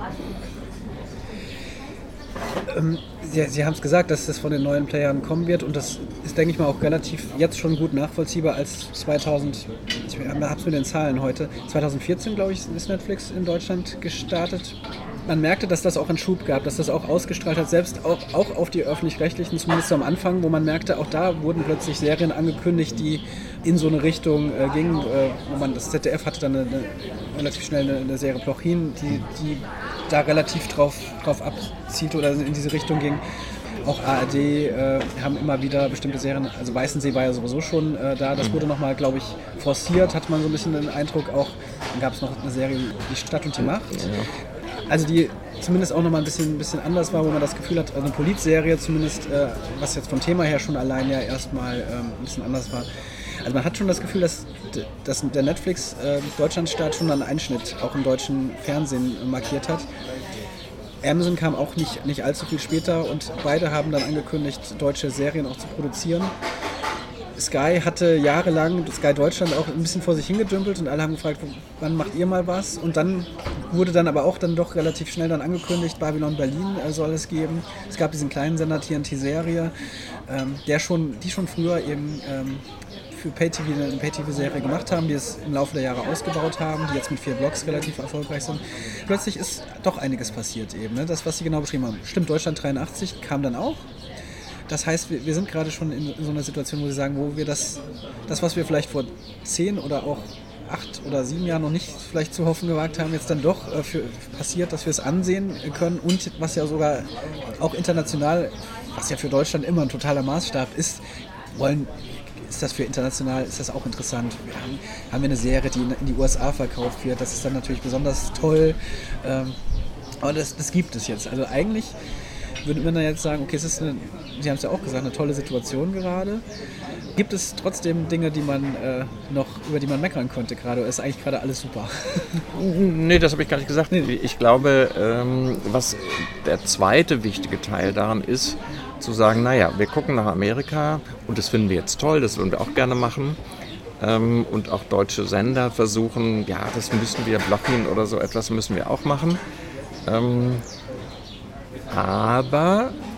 Sie haben es gesagt, dass das von den neuen Playern kommen wird und das ist, denke ich mal, auch relativ jetzt schon gut nachvollziehbar als ich habe es mit den Zahlen heute, 2014, glaube ich, ist Netflix in Deutschland gestartet. Man merkte, dass das auch einen Schub gab, dass das auch ausgestrahlt hat, selbst auch auf die Öffentlich-Rechtlichen, zumindest am Anfang, wo man merkte, auch da wurden plötzlich Serien angekündigt, die in so eine Richtung gingen, das ZDF hatte dann relativ schnell eine Serie Plochin, die da relativ drauf abzielte oder in diese Richtung ging. Auch ARD haben immer wieder bestimmte Serien, also Weißensee war ja sowieso schon da, das wurde nochmal, glaube ich, forciert, hat man so ein bisschen den Eindruck auch, dann gab es noch eine Serie, Die Stadt und die Macht. Ja. Also die zumindest auch nochmal ein bisschen anders war, wo man das Gefühl hat, also eine Politserie zumindest, was jetzt vom Thema her schon allein ja erstmal ein bisschen anders war. Also man hat schon das Gefühl, dass der Netflix Deutschlandstart schon einen Einschnitt auch im deutschen Fernsehen markiert hat. Amazon kam auch nicht allzu viel später und beide haben dann angekündigt, deutsche Serien auch zu produzieren. Sky hatte jahrelang, Sky Deutschland auch ein bisschen vor sich hingedümpelt und alle haben gefragt, wann macht ihr mal was? Und dann wurde dann aber auch dann doch relativ schnell dann angekündigt, Babylon Berlin soll es geben. Es gab diesen kleinen Sender TNT-Serie, die schon früher eben für Pay-TV eine Pay-TV-Serie gemacht haben, die es im Laufe der Jahre ausgebaut haben, die jetzt mit 4 Blogs relativ erfolgreich sind. Plötzlich ist doch einiges passiert eben. Ne? Das, was Sie genau beschrieben haben. Stimmt, Deutschland 83 kam dann auch. Das heißt, wir sind gerade schon in so einer Situation, wo Sie sagen, wo wir das, was wir vielleicht vor 10 oder auch 8 oder 7 Jahren noch nicht vielleicht zu hoffen gewagt haben, jetzt dann doch passiert, dass wir es ansehen können und was ja sogar auch international, was ja für Deutschland immer ein totaler Maßstab ist, ist das für international, ist das auch interessant. Haben wir eine Serie, die in die USA verkauft wird, das ist dann natürlich besonders toll. Aber das gibt es jetzt. Also eigentlich würde man dann jetzt sagen, okay, Sie haben es ja auch gesagt, eine tolle Situation gerade. Gibt es trotzdem Dinge, über die man meckern konnte gerade? Oder ist eigentlich gerade alles super? Nee, das habe ich gar nicht gesagt. Ich glaube, was der zweite wichtige Teil daran ist, zu sagen, naja, wir gucken nach Amerika und das finden wir jetzt toll, das würden wir auch gerne machen. Und auch deutsche Sender versuchen, ja, das müssen wir blocken oder so etwas müssen wir auch machen. Aber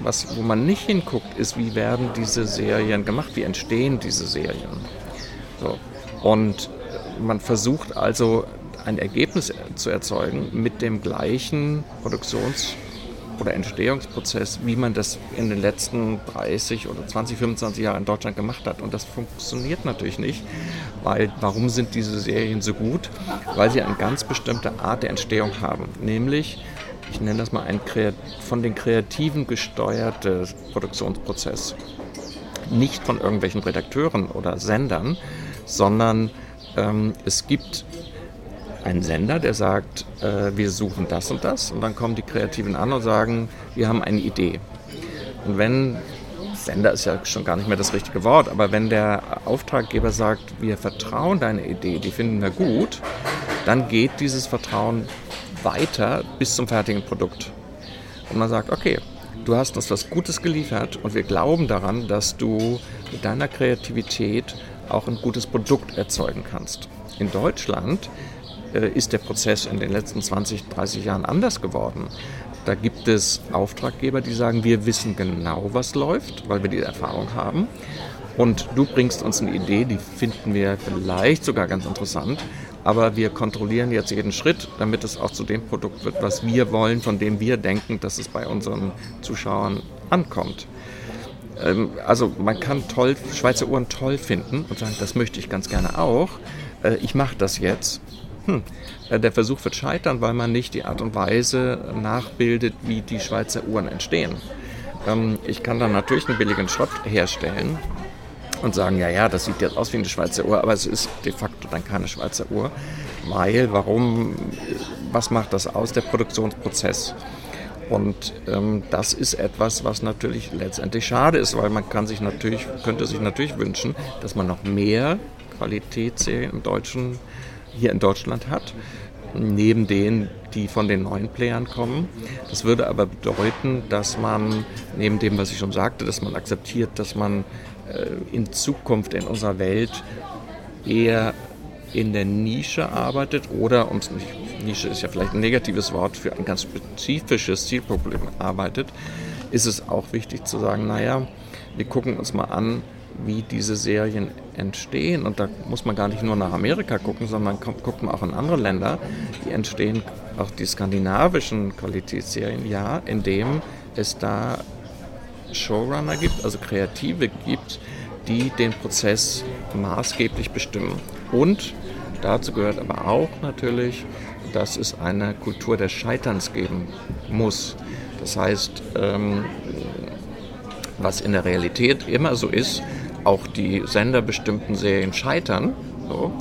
wo man nicht hinguckt, ist, wie werden diese Serien gemacht, wie entstehen diese Serien. So. Und man versucht also ein Ergebnis zu erzeugen mit dem gleichen Produktions- oder Entstehungsprozess, wie man das in den letzten 30 oder 20, 25 Jahren in Deutschland gemacht hat. Und das funktioniert natürlich nicht, weil warum sind diese Serien so gut? Weil sie eine ganz bestimmte Art der Entstehung haben, nämlich, ich nenne das mal ein von den Kreativen gesteuerter Produktionsprozess. Nicht von irgendwelchen Redakteuren oder Sendern, sondern es gibt einen Sender, der sagt, wir suchen das und das, und dann kommen die Kreativen an und sagen, wir haben eine Idee. Und wenn, Sender ist ja schon gar nicht mehr das richtige Wort, aber wenn der Auftraggeber sagt, wir vertrauen deine Idee, die finden wir gut, dann geht dieses Vertrauen weiter bis zum fertigen Produkt. Und man sagt, okay, du hast uns was Gutes geliefert und wir glauben daran, dass du mit deiner Kreativität auch ein gutes Produkt erzeugen kannst. In Deutschland ist der Prozess in den letzten 20, 30 Jahren anders geworden. Da gibt es Auftraggeber, die sagen, wir wissen genau, was läuft, weil wir die Erfahrung haben. Und du bringst uns eine Idee, die finden wir vielleicht sogar ganz interessant, aber wir kontrollieren jetzt jeden Schritt, damit es auch zu dem Produkt wird, was wir wollen, von dem wir denken, dass es bei unseren Zuschauern ankommt. Also man kann Schweizer Uhren toll finden und sagen, das möchte ich ganz gerne auch. Ich mache das jetzt. Der Versuch wird scheitern, weil man nicht die Art und Weise nachbildet, wie die Schweizer Uhren entstehen. Ich kann dann natürlich einen billigen Schrott herstellen und sagen, ja, das sieht jetzt aus wie eine Schweizer Uhr, aber es ist de facto dann keine Schweizer Uhr, weil, was macht das aus? Der Produktionsprozess. Und das ist etwas, was natürlich letztendlich schade ist, weil man könnte sich natürlich wünschen, dass man noch mehr Qualitätsserien hier in Deutschland hat, neben denen, die von den neuen Playern kommen. Das würde aber bedeuten, dass man, neben dem, was ich schon sagte, dass man akzeptiert, dass man in Zukunft in unserer Welt eher in der Nische arbeitet oder, Nische ist ja vielleicht ein negatives Wort, für ein ganz spezifisches Zielproblem arbeitet, ist es auch wichtig zu sagen, wir gucken uns mal an, wie diese Serien entstehen. Und da muss man gar nicht nur nach Amerika gucken, sondern guckt man auch in andere Länder. Die entstehen, auch die skandinavischen Qualitätsserien, ja, indem es da Showrunner gibt, also Kreative gibt, die den Prozess maßgeblich bestimmen. Und dazu gehört aber auch natürlich, dass es eine Kultur des Scheiterns geben muss. Das heißt, was in der Realität immer so ist, auch die senderbestimmten Serien scheitern. So.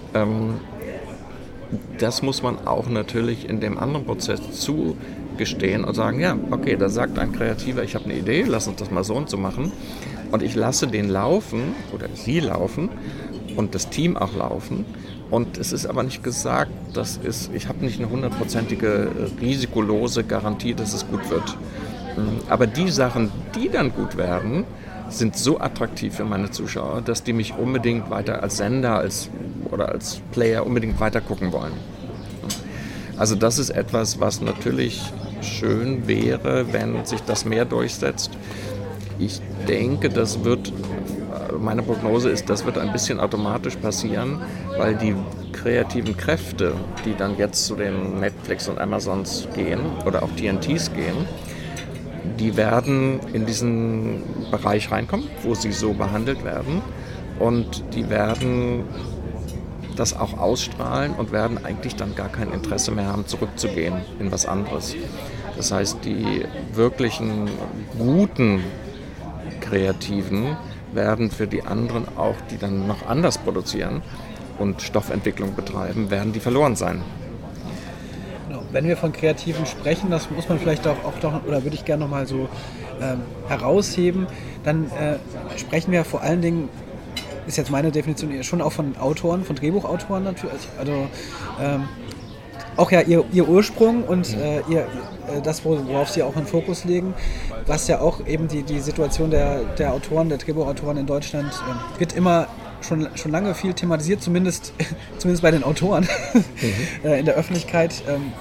Das muss man auch natürlich in dem anderen Prozess zugestehen und sagen, ja, okay, da sagt ein Kreativer, ich habe eine Idee, lass uns das mal so und so machen. Und ich lasse den laufen oder sie laufen und das Team auch laufen. Und es ist aber nicht gesagt, ich habe nicht eine 100%ige risikolose Garantie, dass es gut wird. Aber die Sachen, die dann gut werden, sind so attraktiv für meine Zuschauer, dass die mich unbedingt weiter als Sender oder als Player unbedingt weiter gucken wollen. Also das ist etwas, was natürlich schön wäre, wenn sich das mehr durchsetzt. Ich denke, meine Prognose ist, das wird ein bisschen automatisch passieren, weil die kreativen Kräfte, die dann jetzt zu den Netflix und Amazons gehen oder auch TNTs gehen, die werden in diesen Bereich reinkommen, wo sie so behandelt werden, und die werden das auch ausstrahlen und werden eigentlich dann gar kein Interesse mehr haben, zurückzugehen in was anderes. Das heißt, die wirklichen guten Kreativen werden für die anderen auch, die dann noch anders produzieren und Stoffentwicklung betreiben, werden die verloren sein. Wenn wir von Kreativen sprechen, das muss man vielleicht auch oder würde ich gerne nochmal so herausheben, dann sprechen wir vor allen Dingen, ist jetzt meine Definition, schon auch von Autoren, von Drehbuchautoren natürlich, also auch ja ihr Ursprung und das, worauf sie auch einen Fokus legen, was ja auch eben die Situation der Autoren, der Drehbuchautoren in Deutschland wird immer schon lange viel thematisiert, zumindest bei den Autoren in der Öffentlichkeit.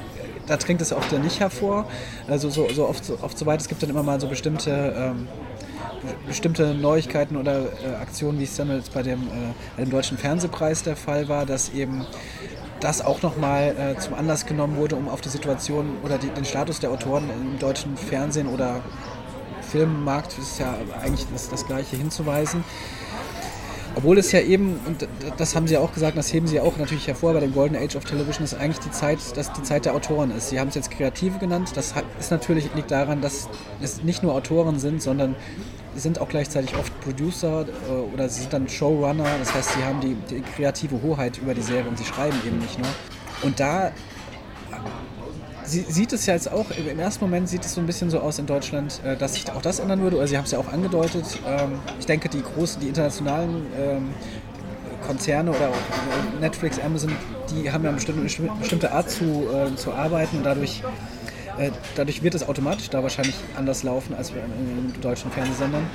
da dringt es oft nicht hervor. Also so oft so weit, es gibt dann immer mal so bestimmte Neuigkeiten oder Aktionen, wie es dann jetzt bei dem Deutschen Fernsehpreis der Fall war, dass eben das auch nochmal zum Anlass genommen wurde, um auf die Situation oder den Status der Autoren im deutschen Fernsehen oder Filmmarkt, das ist ja eigentlich das Gleiche, hinzuweisen. Obwohl es ja eben, und das haben Sie ja auch gesagt, das heben Sie ja auch natürlich hervor, bei dem Golden Age of Television ist eigentlich die Zeit der Autoren ist. Sie haben es jetzt Kreative genannt, das ist natürlich, liegt daran, dass es nicht nur Autoren sind, sondern sind auch gleichzeitig oft Producer oder sie sind dann Showrunner, das heißt, sie haben die kreative Hoheit über die Serie und sie schreiben eben nicht nur. Und da sieht es ja jetzt auch, im ersten Moment sieht es so ein bisschen so aus in Deutschland, dass sich auch das ändern würde, oder Sie haben es ja auch angedeutet. Ich denke, die internationalen Konzerne oder auch Netflix, Amazon, die haben ja eine bestimmte Art zu arbeiten und dadurch wird es automatisch da wahrscheinlich anders laufen als in deutschen Fernsehsendern.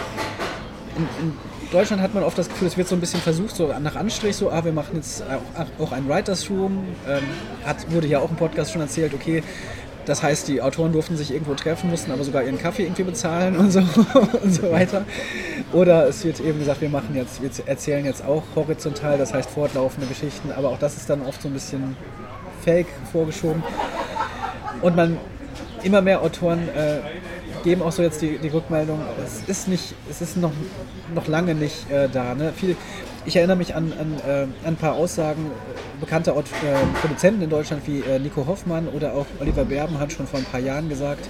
In Deutschland hat man oft das Gefühl, es wird so ein bisschen versucht, so nach Anstrich, so, wir machen jetzt auch ein Writers Room, wurde ja auch im Podcast schon erzählt, okay, das heißt, die Autoren durften sich irgendwo treffen, mussten aber sogar ihren Kaffee irgendwie bezahlen und so und so weiter. Oder es wird eben gesagt, wir erzählen jetzt auch horizontal, das heißt fortlaufende Geschichten, aber auch das ist dann oft so ein bisschen fake vorgeschoben. Und immer mehr Autoren geben auch so jetzt die Rückmeldung, es ist noch lange nicht da. Ne? Ich erinnere mich an ein paar Aussagen bekannter Produzenten in Deutschland wie Nico Hoffmann oder auch Oliver Berben hat schon vor ein paar Jahren gesagt,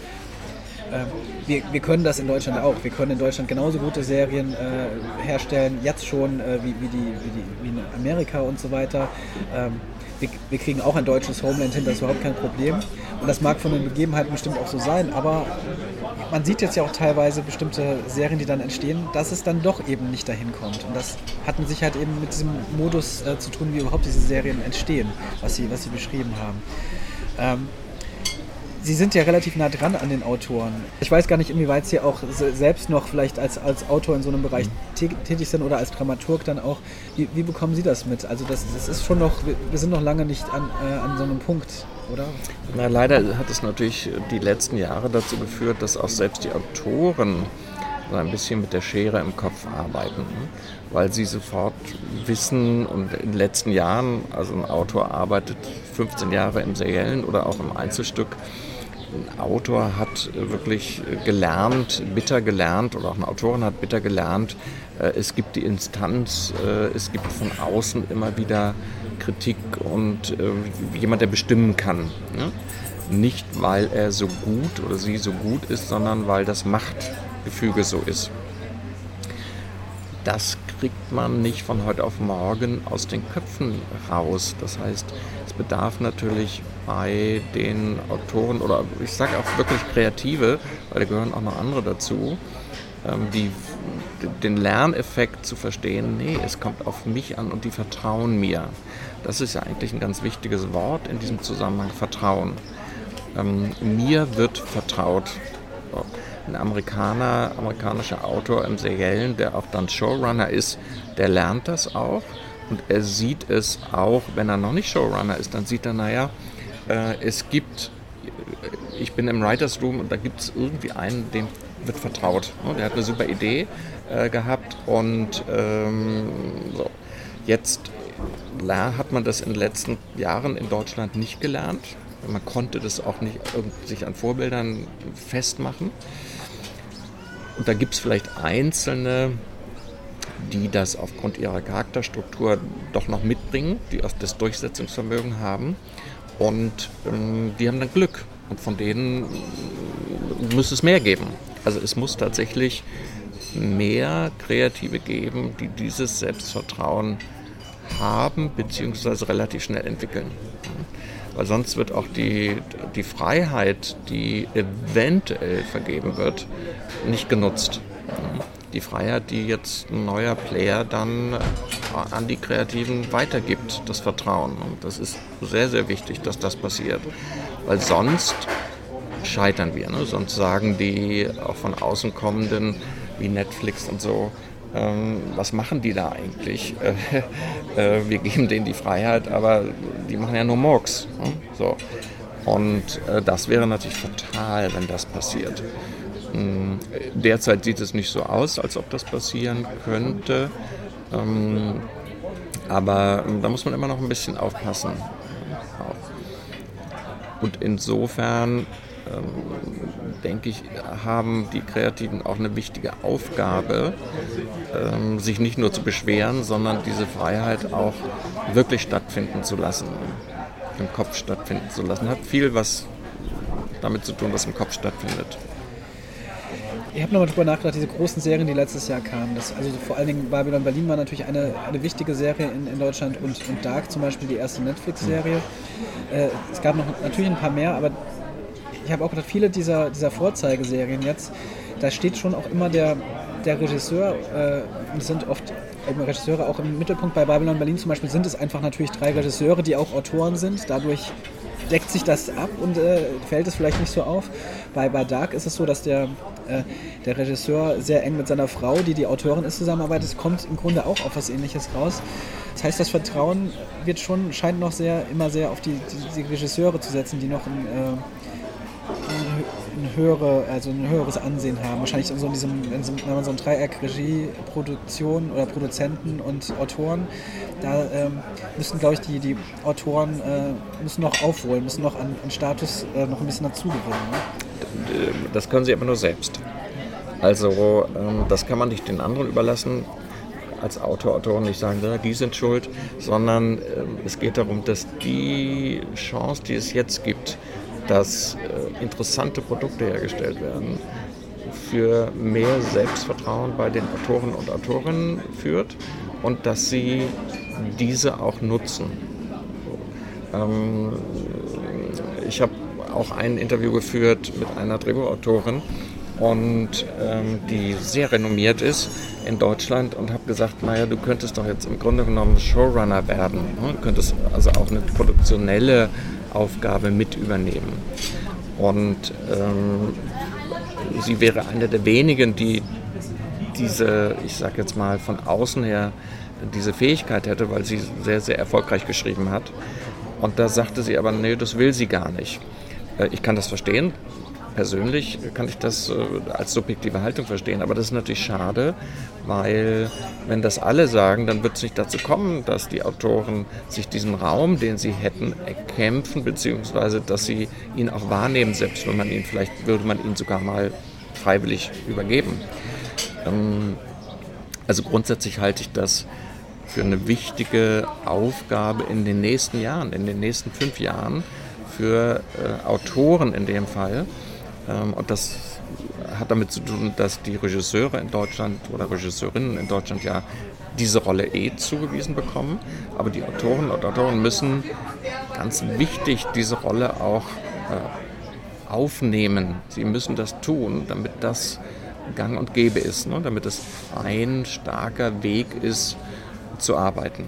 wir können das in Deutschland auch. Wir können in Deutschland genauso gute Serien herstellen, jetzt schon wie in Amerika und so weiter. Wir kriegen auch ein deutsches Homeland hin, das ist überhaupt kein Problem. Und das mag von den Begebenheiten bestimmt auch so sein, aber man sieht jetzt ja auch teilweise bestimmte Serien, die dann entstehen, dass es dann doch eben nicht dahin kommt. Und das hat mit Sicherheit eben mit diesem Modus zu tun, wie überhaupt diese Serien entstehen, was Sie beschrieben haben. Sie sind ja relativ nah dran an den Autoren. Ich weiß gar nicht, inwieweit Sie auch selbst noch vielleicht als Autor in so einem Bereich tätig sind oder als Dramaturg dann auch. Wie bekommen Sie das mit? Also das ist schon noch, wir sind noch lange nicht an so einem Punkt, oder? Na, leider hat es natürlich die letzten Jahre dazu geführt, dass auch selbst die Autoren so ein bisschen mit der Schere im Kopf arbeiten, weil sie sofort wissen und in den letzten Jahren, also ein Autor arbeitet 15 Jahre im seriellen oder auch im Einzelstück. Ein Autor hat wirklich bitter gelernt, oder auch eine Autorin hat bitter gelernt, es gibt die Instanz, es gibt von außen immer wieder Kritik und jemand, der bestimmen kann. Ne? Nicht, weil er so gut oder sie so gut ist, sondern weil das Machtgefüge so ist. Das kriegt man nicht von heute auf morgen aus den Köpfen raus. Das heißt, es bedarf natürlich bei den Autoren oder ich sage auch wirklich Kreative, weil da gehören auch noch andere dazu, den Lerneffekt zu verstehen, nee, es kommt auf mich an und die vertrauen mir. Das ist ja eigentlich ein ganz wichtiges Wort in diesem Zusammenhang, Vertrauen. Mir wird vertraut. Ein amerikanischer Autor im Seriellen, der auch dann Showrunner ist, der lernt das auch und er sieht es auch, wenn er noch nicht Showrunner ist, dann sieht er, ich bin im Writers Room und da gibt es irgendwie einen, dem wird vertraut. Der hat eine super Idee gehabt und so. Jetzt hat man das in den letzten Jahren in Deutschland nicht gelernt. Man konnte das auch nicht sich an Vorbildern festmachen. Und da gibt es vielleicht Einzelne, die das aufgrund ihrer Charakterstruktur doch noch mitbringen, die auch das Durchsetzungsvermögen haben. Und die haben dann Glück. Und von denen muss es mehr geben. Also es muss tatsächlich mehr Kreative geben, die dieses Selbstvertrauen haben bzw. relativ schnell entwickeln. Weil sonst wird auch die Freiheit, die eventuell vergeben wird, nicht genutzt. Die Freiheit, die jetzt ein neuer Player dann an die Kreativen weitergibt, das Vertrauen. Und das ist sehr, sehr wichtig, dass das passiert. Weil sonst scheitern wir. Ne? Sonst sagen die auch von außen kommenden, wie Netflix und so, was machen die da eigentlich? Wir geben denen die Freiheit, aber die machen ja nur Murks. Ne? So. Und das wäre natürlich fatal, wenn das passiert. Derzeit sieht es nicht so aus, als ob das passieren könnte. Aber da muss man immer noch ein bisschen aufpassen. Und insofern denke ich, haben die Kreativen auch eine wichtige Aufgabe, sich nicht nur zu beschweren, sondern diese Freiheit auch wirklich stattfinden zu lassen, im Kopf stattfinden zu lassen. Hat viel was damit zu tun, was im Kopf stattfindet. Ich habe nochmal drüber nachgedacht, diese großen Serien, die letztes Jahr kamen. Also vor allen Dingen Babylon Berlin war natürlich eine wichtige Serie in Deutschland und Dark zum Beispiel, die erste Netflix-Serie. Es gab noch natürlich ein paar mehr, aber ich habe auch gedacht, viele dieser Vorzeigeserien jetzt, da steht schon auch immer der Regisseur, und es sind oft Regisseure auch im Mittelpunkt. Bei Babylon Berlin zum Beispiel sind es einfach natürlich 3 Regisseure, die auch Autoren sind. Dadurch deckt sich das ab und fällt es vielleicht nicht so auf. Bei Dark ist es so, dass der Regisseur sehr eng mit seiner Frau, die Autorin ist, zusammenarbeitet. Es kommt im Grunde auch auf was Ähnliches raus. Das heißt, das Vertrauen scheint noch immer sehr auf die Regisseure zu setzen, die noch ein höheres Ansehen haben. Wahrscheinlich in wenn man so ein Dreieck Regie, Produktion oder Produzenten und Autoren, da müssen, glaube ich, die Autoren müssen noch aufholen, müssen noch an Status noch ein bisschen dazu gewinnen. Ne? Das können sie aber nur selbst. Also das kann man nicht den anderen überlassen. Als Autoren nicht sagen, die sind schuld, sondern es geht darum, dass die Chance, die es jetzt gibt, dass interessante Produkte hergestellt werden, für mehr Selbstvertrauen bei den Autoren und Autorinnen führt und dass sie diese auch nutzen. Ich habe auch ein Interview geführt mit einer Drehbuchautorin und die sehr renommiert ist in Deutschland und habe gesagt, naja, du könntest doch jetzt im Grunde genommen Showrunner werden. Ne? Du könntest also auch eine produktionelle Aufgabe mit übernehmen. Und sie wäre eine der wenigen, die diese, ich sag jetzt mal von außen her, diese Fähigkeit hätte, weil sie sehr, sehr erfolgreich geschrieben hat. Und da sagte sie aber, nee, das will sie gar nicht. Ich kann das verstehen. Persönlich kann ich das als subjektive Haltung verstehen, aber das ist natürlich schade, weil wenn das alle sagen, dann wird es nicht dazu kommen, dass die Autoren sich diesen Raum, den sie hätten, erkämpfen, beziehungsweise dass sie ihn auch wahrnehmen, selbst wenn man ihn vielleicht, würde man ihn sogar mal freiwillig übergeben. Also grundsätzlich halte ich das für eine wichtige Aufgabe in den nächsten Jahren, in den nächsten 5 Jahren, für Autoren in dem Fall. Und das hat damit zu tun, dass die Regisseure in Deutschland oder Regisseurinnen in Deutschland ja diese Rolle zugewiesen bekommen. Aber die Autoren und Autoren müssen ganz wichtig diese Rolle auch aufnehmen. Sie müssen das tun, damit das gang und gäbe ist, ne? Damit es ein starker Weg ist, zu arbeiten.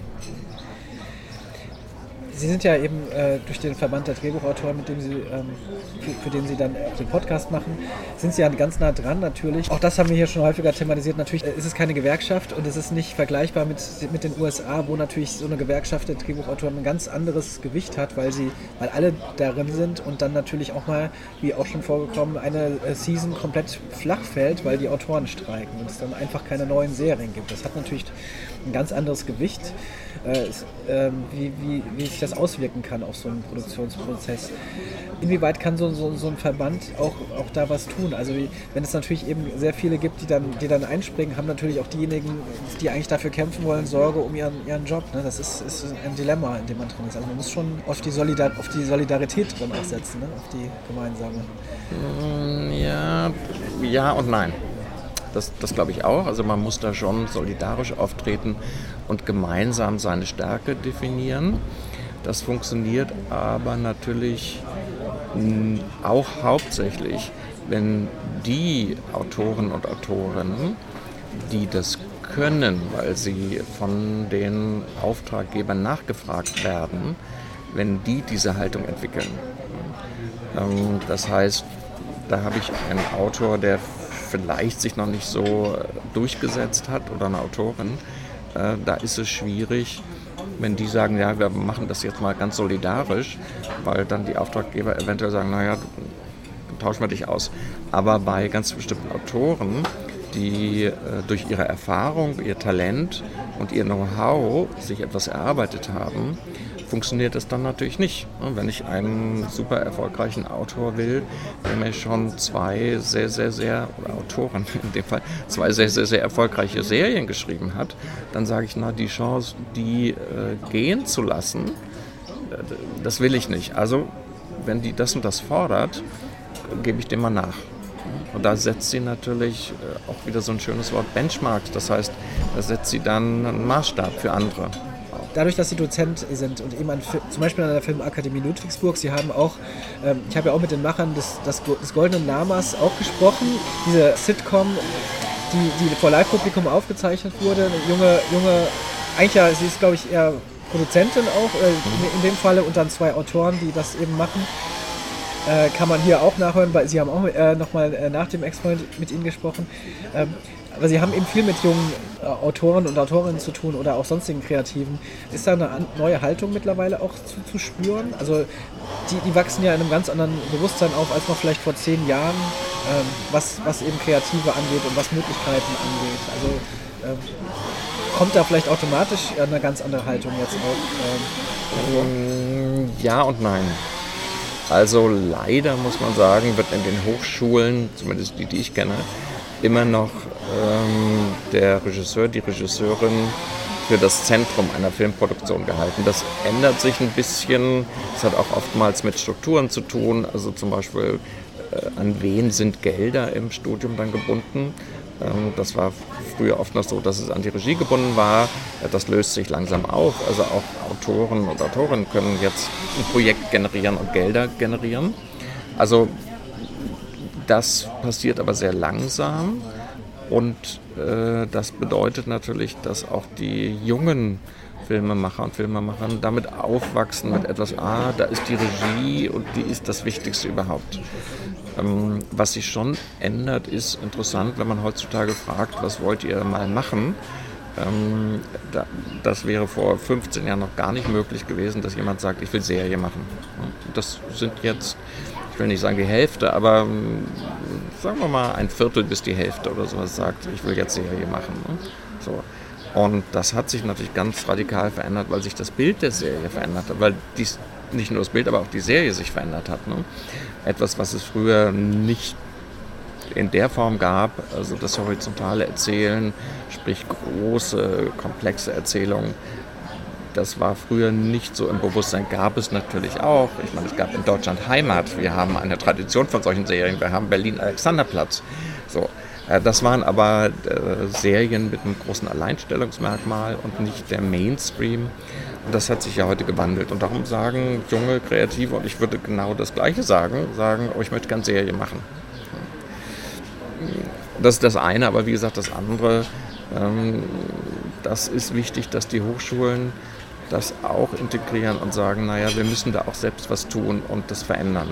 Sie sind ja eben durch den Verband der Drehbuchautoren, mit dem Sie, für den Sie dann auch den Podcast machen, sind Sie ja ganz nah dran natürlich. Auch das haben wir hier schon häufiger thematisiert. Natürlich ist es keine Gewerkschaft und es ist nicht vergleichbar mit den USA, wo natürlich so eine Gewerkschaft der Drehbuchautoren ein ganz anderes Gewicht hat, weil alle darin sind und dann natürlich auch mal, wie auch schon vorgekommen, eine Season komplett flach fällt, weil die Autoren streiken und es dann einfach keine neuen Serien gibt. Das hat natürlich ein ganz anderes Gewicht, wie sich das auswirken kann auf so einen Produktionsprozess. Inwieweit kann so ein Verband auch da was tun? Also wenn es natürlich eben sehr viele gibt, die dann einspringen, haben natürlich auch diejenigen, die eigentlich dafür kämpfen wollen, Sorge um ihren Job. Ne? Das ist ein Dilemma, in dem man drin ist. Also man muss schon auf die Solidarität drin auch setzen, ne? Auf die gemeinsame. Ja und nein. Das glaube ich auch. Also man muss da schon solidarisch auftreten und gemeinsam seine Stärke definieren. Das funktioniert aber natürlich auch hauptsächlich, wenn die Autoren und Autorinnen, die das können, weil sie von den Auftraggebern nachgefragt werden, wenn die diese Haltung entwickeln. Das heißt, da habe ich einen Autor, der vielleicht sich noch nicht so durchgesetzt hat oder eine Autorin, da ist es schwierig, wenn die sagen, ja, wir machen das jetzt mal ganz solidarisch, weil dann die Auftraggeber eventuell sagen, naja, tauschen wir dich aus. Aber bei ganz bestimmten Autoren, die durch ihre Erfahrung, ihr Talent und ihr Know-how sich etwas erarbeitet haben, funktioniert das dann natürlich nicht. Wenn ich einen super erfolgreichen Autor will, der mir schon zwei oder Autoren in dem Fall, zwei sehr erfolgreiche Serien geschrieben hat, dann sage ich, die Chance, die gehen zu lassen, das will ich nicht. Also, wenn die das und das fordert, gebe ich dem mal nach. Und da setzt sie natürlich auch wieder so ein schönes Wort Benchmark. Das heißt, da setzt sie dann einen Maßstab für andere. Dadurch, dass Sie Dozent sind und eben zum Beispiel an der Filmakademie Ludwigsburg, Sie haben auch, ich habe ja auch mit den Machern des Goldenen Lamas auch gesprochen, diese Sitcom, die vor Live-Publikum aufgezeichnet wurde, eine junge, eigentlich ja, sie ist glaube ich eher Produzentin auch, in dem Falle, und dann 2 Autoren, die das eben machen. Kann man hier auch nachhören, weil Sie haben auch nochmal nach dem Ex-Freund mit Ihnen gesprochen. Aber Sie haben eben viel mit jungen Autoren und Autorinnen zu tun oder auch sonstigen Kreativen. Ist da eine neue Haltung mittlerweile auch zu spüren? Also die wachsen ja in einem ganz anderen Bewusstsein auf als noch vielleicht vor 10 Jahren, was eben Kreative angeht und was Möglichkeiten angeht. Also kommt da vielleicht automatisch eine ganz andere Haltung jetzt auch? Ja und nein. Also leider muss man sagen, wird in den Hochschulen, zumindest die ich kenne, immer noch der Regisseur, die Regisseurin für das Zentrum einer Filmproduktion gehalten. Das ändert sich ein bisschen. Das hat auch oftmals mit Strukturen zu tun. Also zum Beispiel, an wen sind Gelder im Studium dann gebunden? Das war früher oft noch so, dass es an die Regie gebunden war. Das löst sich langsam auf. Also auch Autoren und Autorinnen können jetzt ein Projekt generieren und Gelder generieren. Also das passiert aber sehr langsam. Und das bedeutet natürlich, dass auch die jungen Filmemacher und Filmemacherinnen damit aufwachsen mit etwas, da ist die Regie und die ist das Wichtigste überhaupt. Was sich schon ändert, ist interessant, wenn man heutzutage fragt, was wollt ihr mal machen? Das wäre vor 15 Jahren noch gar nicht möglich gewesen, dass jemand sagt, ich will Serie machen. Das sind jetzt, ich will nicht sagen die Hälfte, aber sagen wir mal 1/4 bis die Hälfte oder sowas sagt, ich will jetzt Serie machen. So. Und das hat sich natürlich ganz radikal verändert, weil sich das Bild der Serie verändert hat, weil nicht nur das Bild, aber auch die Serie sich verändert hat. Etwas, was es früher nicht in der Form gab, also das horizontale Erzählen, sprich große, komplexe Erzählungen, das war früher nicht so im Bewusstsein, gab es natürlich auch. Ich meine, es gab in Deutschland Heimat, wir haben eine Tradition von solchen Serien, wir haben Berlin-Alexanderplatz. So. Das waren aber Serien mit einem großen Alleinstellungsmerkmal und nicht der Mainstream. Und das hat sich ja heute gewandelt. Und darum sagen junge Kreative, und ich würde genau das Gleiche sagen, ich möchte gerne Serie machen. Das ist das eine, aber wie gesagt, das andere, das ist wichtig, dass die Hochschulen das auch integrieren und sagen, wir müssen da auch selbst was tun und das verändern.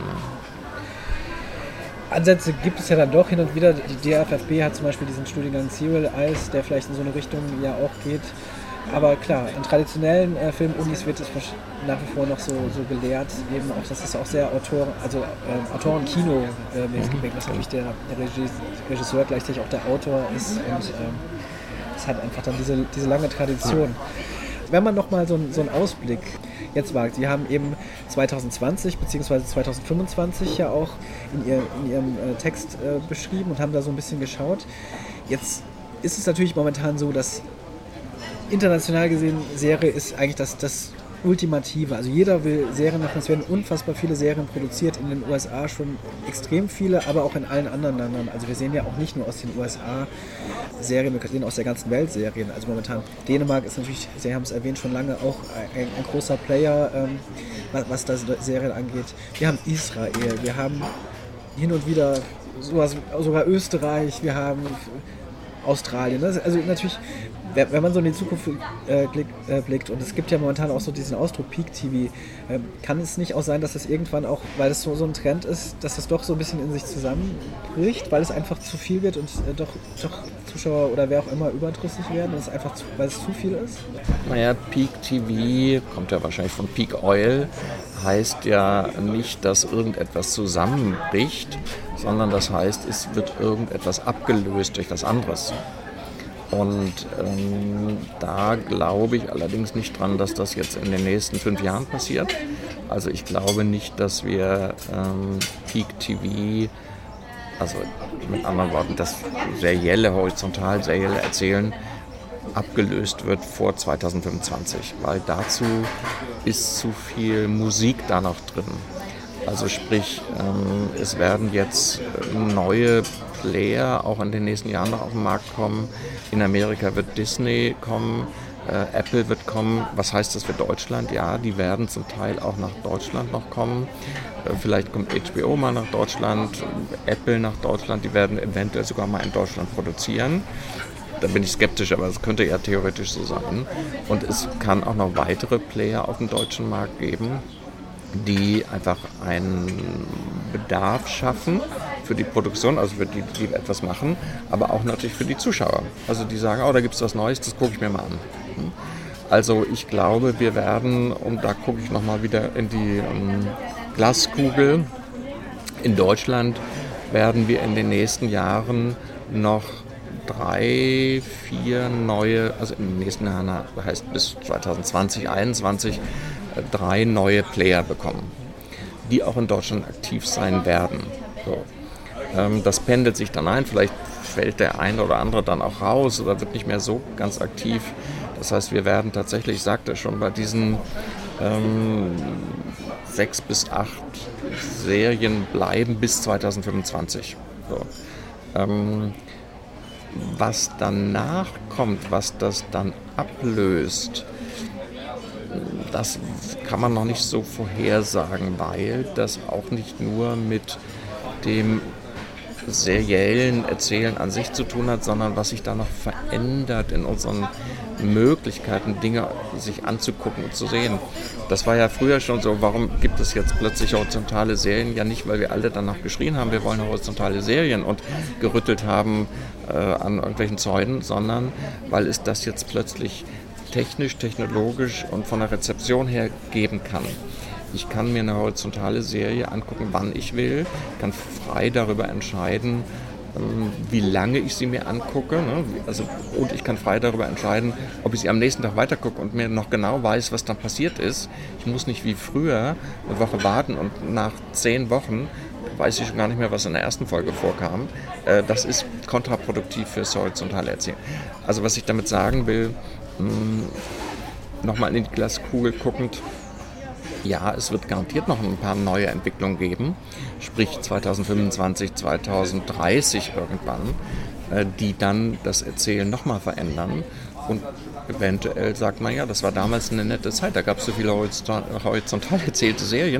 Ansätze gibt es ja dann doch hin und wieder. Die DFFB hat zum Beispiel diesen Studiengang Serial Eyes, der vielleicht in so eine Richtung ja auch geht. Aber klar, in traditionellen Filmunis wird es nach wie vor noch so gelehrt, eben auch, dass es auch sehr Autoren-Kino-mäßig geprägt, dass natürlich der Regisseur gleichzeitig auch der Autor ist und es hat einfach dann diese lange Tradition. Wenn man nochmal so einen Ausblick jetzt wagt, Sie haben eben 2020 bzw. 2025 ja auch in Ihrem Text beschrieben und haben da so ein bisschen geschaut. Jetzt ist es natürlich momentan so, dass international gesehen Serie ist eigentlich das Ultimative. Also jeder will Serien machen. Es werden unfassbar viele Serien produziert, in den USA schon extrem viele, aber auch in allen anderen Ländern. Also wir sehen ja auch nicht nur aus den USA Serien, wir sehen aus der ganzen Welt Serien. Also momentan Dänemark ist natürlich, Sie haben es erwähnt, schon lange auch ein großer Player, was das Serien angeht. Wir haben Israel, wir haben hin und wieder sogar Österreich, wir haben Australien. Also natürlich Wenn man so in die Zukunft blickt, und es gibt ja momentan auch so diesen Ausdruck Peak TV, kann es nicht auch sein, dass das irgendwann auch, weil es so ein Trend ist, dass das doch so ein bisschen in sich zusammenbricht, weil es einfach zu viel wird und doch Zuschauer oder wer auch immer überdrüssig werden, und es einfach weil es zu viel ist? Naja, Peak TV kommt ja wahrscheinlich von Peak Oil, heißt ja nicht, dass irgendetwas zusammenbricht, sondern das heißt, es wird irgendetwas abgelöst durch was anderes. Und da glaube ich allerdings nicht dran, dass das jetzt in den nächsten 5 Jahren passiert. Also ich glaube nicht, dass wir Peak TV, also mit anderen Worten, das horizontal serielle Erzählen abgelöst wird vor 2025, weil dazu ist zu viel Musik da noch drin. Also sprich, es werden jetzt neue Player auch in den nächsten Jahren noch auf den Markt kommen. In Amerika wird Disney kommen, Apple wird kommen. Was heißt das für Deutschland? Ja, die werden zum Teil auch nach Deutschland noch kommen. Vielleicht kommt HBO mal nach Deutschland, Apple nach Deutschland. Die werden eventuell sogar mal in Deutschland produzieren. Da bin ich skeptisch, aber es könnte ja theoretisch so sein. Und es kann auch noch weitere Player auf dem deutschen Markt geben, die einfach einen Bedarf schaffen für die Produktion, also für die, die etwas machen, aber auch natürlich für die Zuschauer. Also die sagen, oh, da gibt es was Neues, das gucke ich mir mal an. Also ich glaube, wir werden, und da gucke ich nochmal wieder in die Glaskugel, in Deutschland werden wir in den nächsten Jahren noch 3, 4 neue, also in den nächsten Jahren heißt bis 2020, 2021, 3 neue Player bekommen, die auch in Deutschland aktiv sein werden. So. Das pendelt sich dann ein, vielleicht fällt der eine oder andere dann auch raus oder wird nicht mehr so ganz aktiv. Das heißt, wir werden tatsächlich, ich sagte schon, bei diesen 6 bis 8 Serien bleiben bis 2025. So. Was danach kommt, was das dann ablöst, das kann man noch nicht so vorhersagen, weil das auch nicht nur mit dem seriellen Erzählen an sich zu tun hat, sondern was sich da noch verändert in unseren Möglichkeiten, Dinge sich anzugucken und zu sehen. Das war ja früher schon so, warum gibt es jetzt plötzlich horizontale Serien? Ja nicht, weil wir alle danach geschrien haben, wir wollen horizontale Serien und gerüttelt haben an irgendwelchen Zäunen, sondern weil es das jetzt plötzlich technisch, technologisch und von der Rezeption her geben kann. Ich kann mir eine horizontale Serie angucken, wann ich will, kann frei darüber entscheiden, wie lange ich sie mir angucke. Ne? Und ich kann frei darüber entscheiden, ob ich sie am nächsten Tag weitergucke und mir noch genau weiß, was dann passiert ist. Ich muss nicht wie früher eine Woche warten und nach 10 Wochen weiß ich schon gar nicht mehr, was in der ersten Folge vorkam. Das ist kontraproduktiv fürs horizontale Erzählen. Also was ich damit sagen will, nochmal in die Glaskugel guckend, ja, es wird garantiert noch ein paar neue Entwicklungen geben, sprich 2025, 2030 irgendwann, die dann das Erzählen nochmal verändern und eventuell sagt man, ja, das war damals eine nette Zeit, da gab es so viele horizontal erzählte Serien,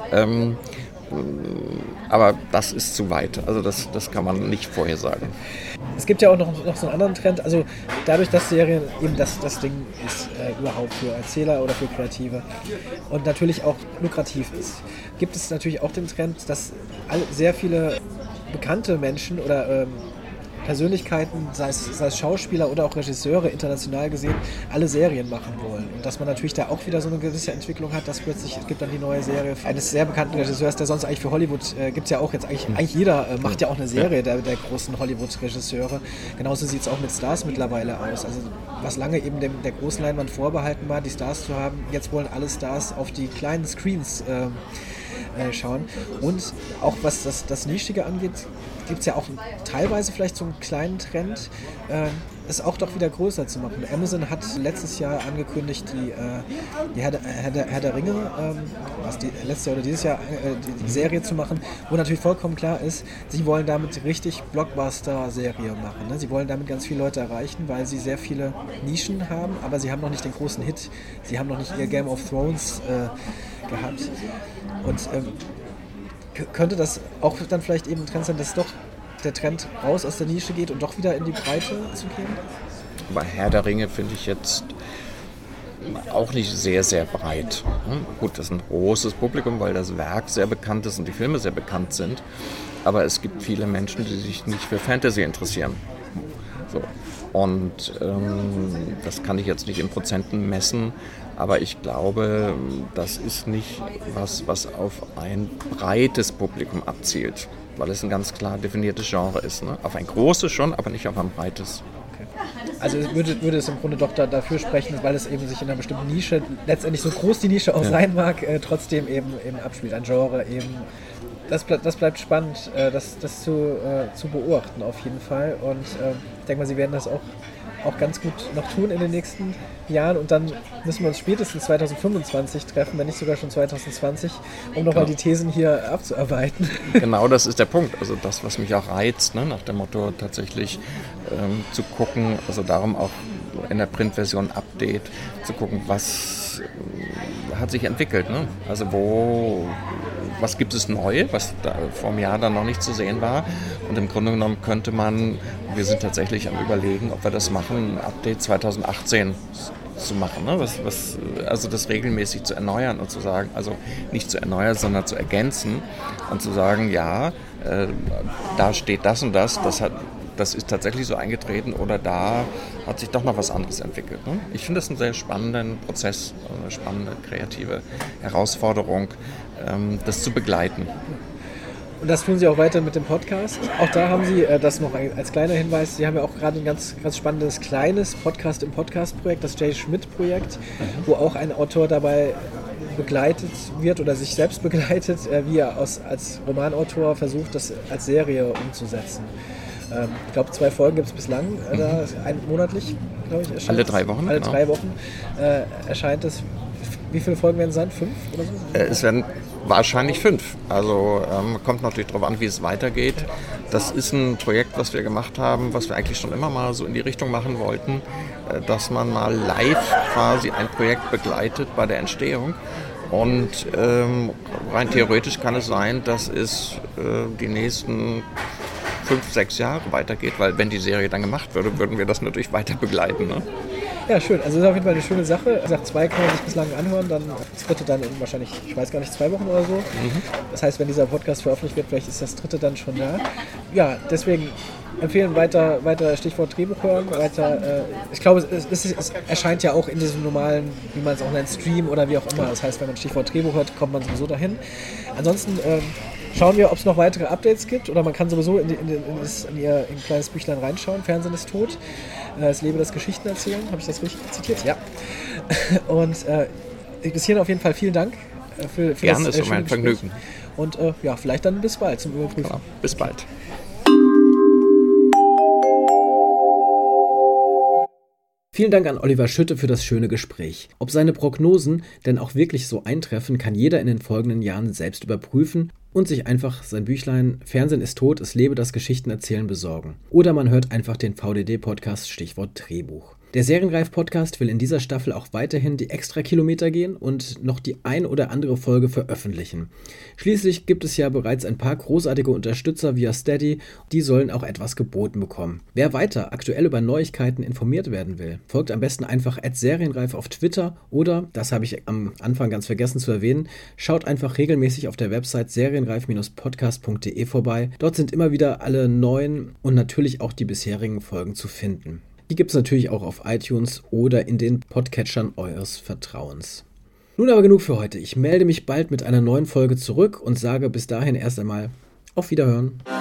aber das ist zu weit, also das kann man nicht vorhersagen. Es gibt ja auch noch so einen anderen Trend, also dadurch, dass Serien eben das Ding ist überhaupt für Erzähler oder für Kreative und natürlich auch lukrativ ist, gibt es natürlich auch den Trend, dass sehr viele bekannte Menschen oder Persönlichkeiten, sei es Schauspieler oder auch Regisseure, international gesehen, alle Serien machen wollen. Und dass man natürlich da auch wieder so eine gewisse Entwicklung hat, dass plötzlich, es gibt dann die neue Serie eines sehr bekannten Regisseurs, der sonst eigentlich für Hollywood, gibt es ja auch jetzt eigentlich jeder macht ja auch eine Serie der großen Hollywood-Regisseure. Genauso sieht es auch mit Stars mittlerweile aus. Also was lange eben der großen Leinwand vorbehalten war, die Stars zu haben, jetzt wollen alle Stars auf die kleinen Screens schauen. Und auch was das Nischige angeht, gibt es ja auch teilweise vielleicht so einen kleinen Trend, es auch doch wieder größer zu machen. Amazon hat letztes Jahr angekündigt, die Herr der Ringe, letztes Jahr oder dieses Jahr, die Serie zu machen, wo natürlich vollkommen klar ist, sie wollen damit richtig Blockbuster-Serie machen. Ne? Sie wollen damit ganz viele Leute erreichen, weil sie sehr viele Nischen haben, aber sie haben noch nicht den großen Hit. Sie haben noch nicht ihr Game of Thrones gehabt. Und könnte das auch dann vielleicht eben ein Trend sein, dass doch der Trend raus aus der Nische geht und doch wieder in die Breite zu gehen? Bei Herr der Ringe finde ich jetzt auch nicht sehr, sehr breit. Gut, das ist ein großes Publikum, weil das Werk sehr bekannt ist und die Filme sehr bekannt sind. Aber es gibt viele Menschen, die sich nicht für Fantasy interessieren. So. Und das kann ich jetzt nicht in Prozenten messen, aber ich glaube, das ist nicht was auf ein breites Publikum abzielt, weil es ein ganz klar definiertes Genre ist. Ne? Auf ein großes schon, aber nicht auf ein breites. Also würde es im Grunde doch dafür sprechen, weil es eben sich in einer bestimmten Nische, letztendlich so groß die Nische auch sein mag, trotzdem eben abspielt. Ein Genre eben. Das bleibt spannend, das zu beobachten auf jeden Fall. Und ich denke mal, Sie werden das auch ganz gut noch tun in den nächsten Jahren. Und dann müssen wir uns spätestens 2025 treffen, wenn nicht sogar schon 2020, um nochmal die Thesen hier abzuarbeiten. Genau, das ist der Punkt. Also das, was mich auch reizt, ne, nach dem Motto tatsächlich zu gucken, also darum auch in der Printversion Update, zu gucken, was hat sich entwickelt. Ne? Also was gibt es neu, was da vor einem Jahr dann noch nicht zu sehen war. Und im Grunde genommen könnte man, wir sind tatsächlich am Überlegen, ob wir das machen, ein Update 2018 zu machen. Ne? Also das regelmäßig zu erneuern und zu sagen, also nicht zu erneuern, sondern zu ergänzen und zu sagen, ja, da steht das und das ist tatsächlich so eingetreten oder da hat sich doch noch was anderes entwickelt. Ne? Ich finde das einen sehr spannenden Prozess, eine spannende kreative Herausforderung, das zu begleiten. Und das tun Sie auch weiter mit dem Podcast. Auch da haben Sie, das noch als kleiner Hinweis, Sie haben ja auch gerade ein ganz, ganz spannendes kleines Podcast im Podcast-Projekt, das Jay Schmidt-Projekt, wo auch ein Autor dabei begleitet wird oder sich selbst begleitet, wie er als Romanautor versucht, das als Serie umzusetzen. Ich glaube, 2 Folgen gibt es bislang, monatlich, glaube ich, erscheint. Alle 3 Wochen. Alle 3 Wochen erscheint es. Wie viele Folgen werden es sein? 5 oder so? Es werden wahrscheinlich 5. Also kommt natürlich darauf an, wie es weitergeht. Das ist ein Projekt, was wir gemacht haben, was wir eigentlich schon immer mal so in die Richtung machen wollten, dass man mal live quasi ein Projekt begleitet bei der Entstehung. Und rein theoretisch kann es sein, dass es die nächsten 5-6 Jahre weitergeht, weil wenn die Serie dann gemacht würde, würden wir das natürlich weiter begleiten. Ne? Ja, schön. Also das ist auf jeden Fall eine schöne Sache. Wie gesagt, 2 kann man sich bislang anhören, dann das 3. dann in wahrscheinlich, ich weiß gar nicht, 2 Wochen oder so. Das heißt, wenn dieser Podcast veröffentlicht wird, vielleicht ist das 3. dann schon da. Ja, deswegen empfehlen weiter Stichwort Drehbuch hören, ich glaube, es erscheint ja auch in diesem normalen, wie man es auch nennt, Stream oder wie auch immer. Das heißt, wenn man Stichwort Drehbuch hört, kommt man sowieso dahin. Ansonsten schauen wir, ob es noch weitere Updates gibt oder man kann sowieso in ihr kleines Büchlein reinschauen. Fernsehen ist tot. Es lebe das Geschichtenerzählen. Habe ich das richtig zitiert? Ja. Und bis hierhin auf jeden Fall vielen Dank für Gerne, das ist mein Vergnügen. Und vielleicht dann bis bald zum Überprüfen. Klar, bis bald. Vielen Dank an Oliver Schütte für das schöne Gespräch. Ob seine Prognosen denn auch wirklich so eintreffen, kann jeder in den folgenden Jahren selbst überprüfen und sich einfach sein Büchlein Fernsehen ist tot, es lebe das Geschichtenerzählen besorgen. Oder man hört einfach den VDD-Podcast Stichwort Drehbuch. Der Serienreif-Podcast will in dieser Staffel auch weiterhin die Extra-Kilometer gehen und noch die ein oder andere Folge veröffentlichen. Schließlich gibt es ja bereits ein paar großartige Unterstützer via Steady, die sollen auch etwas geboten bekommen. Wer weiter aktuell über Neuigkeiten informiert werden will, folgt am besten einfach @serienreif auf Twitter oder, das habe ich am Anfang ganz vergessen zu erwähnen, schaut einfach regelmäßig auf der Website serienreif-podcast.de vorbei. Dort sind immer wieder alle neuen und natürlich auch die bisherigen Folgen zu finden. Die gibt es natürlich auch auf iTunes oder in den Podcatchern eures Vertrauens. Nun aber genug für heute. Ich melde mich bald mit einer neuen Folge zurück und sage bis dahin erst einmal auf Wiederhören.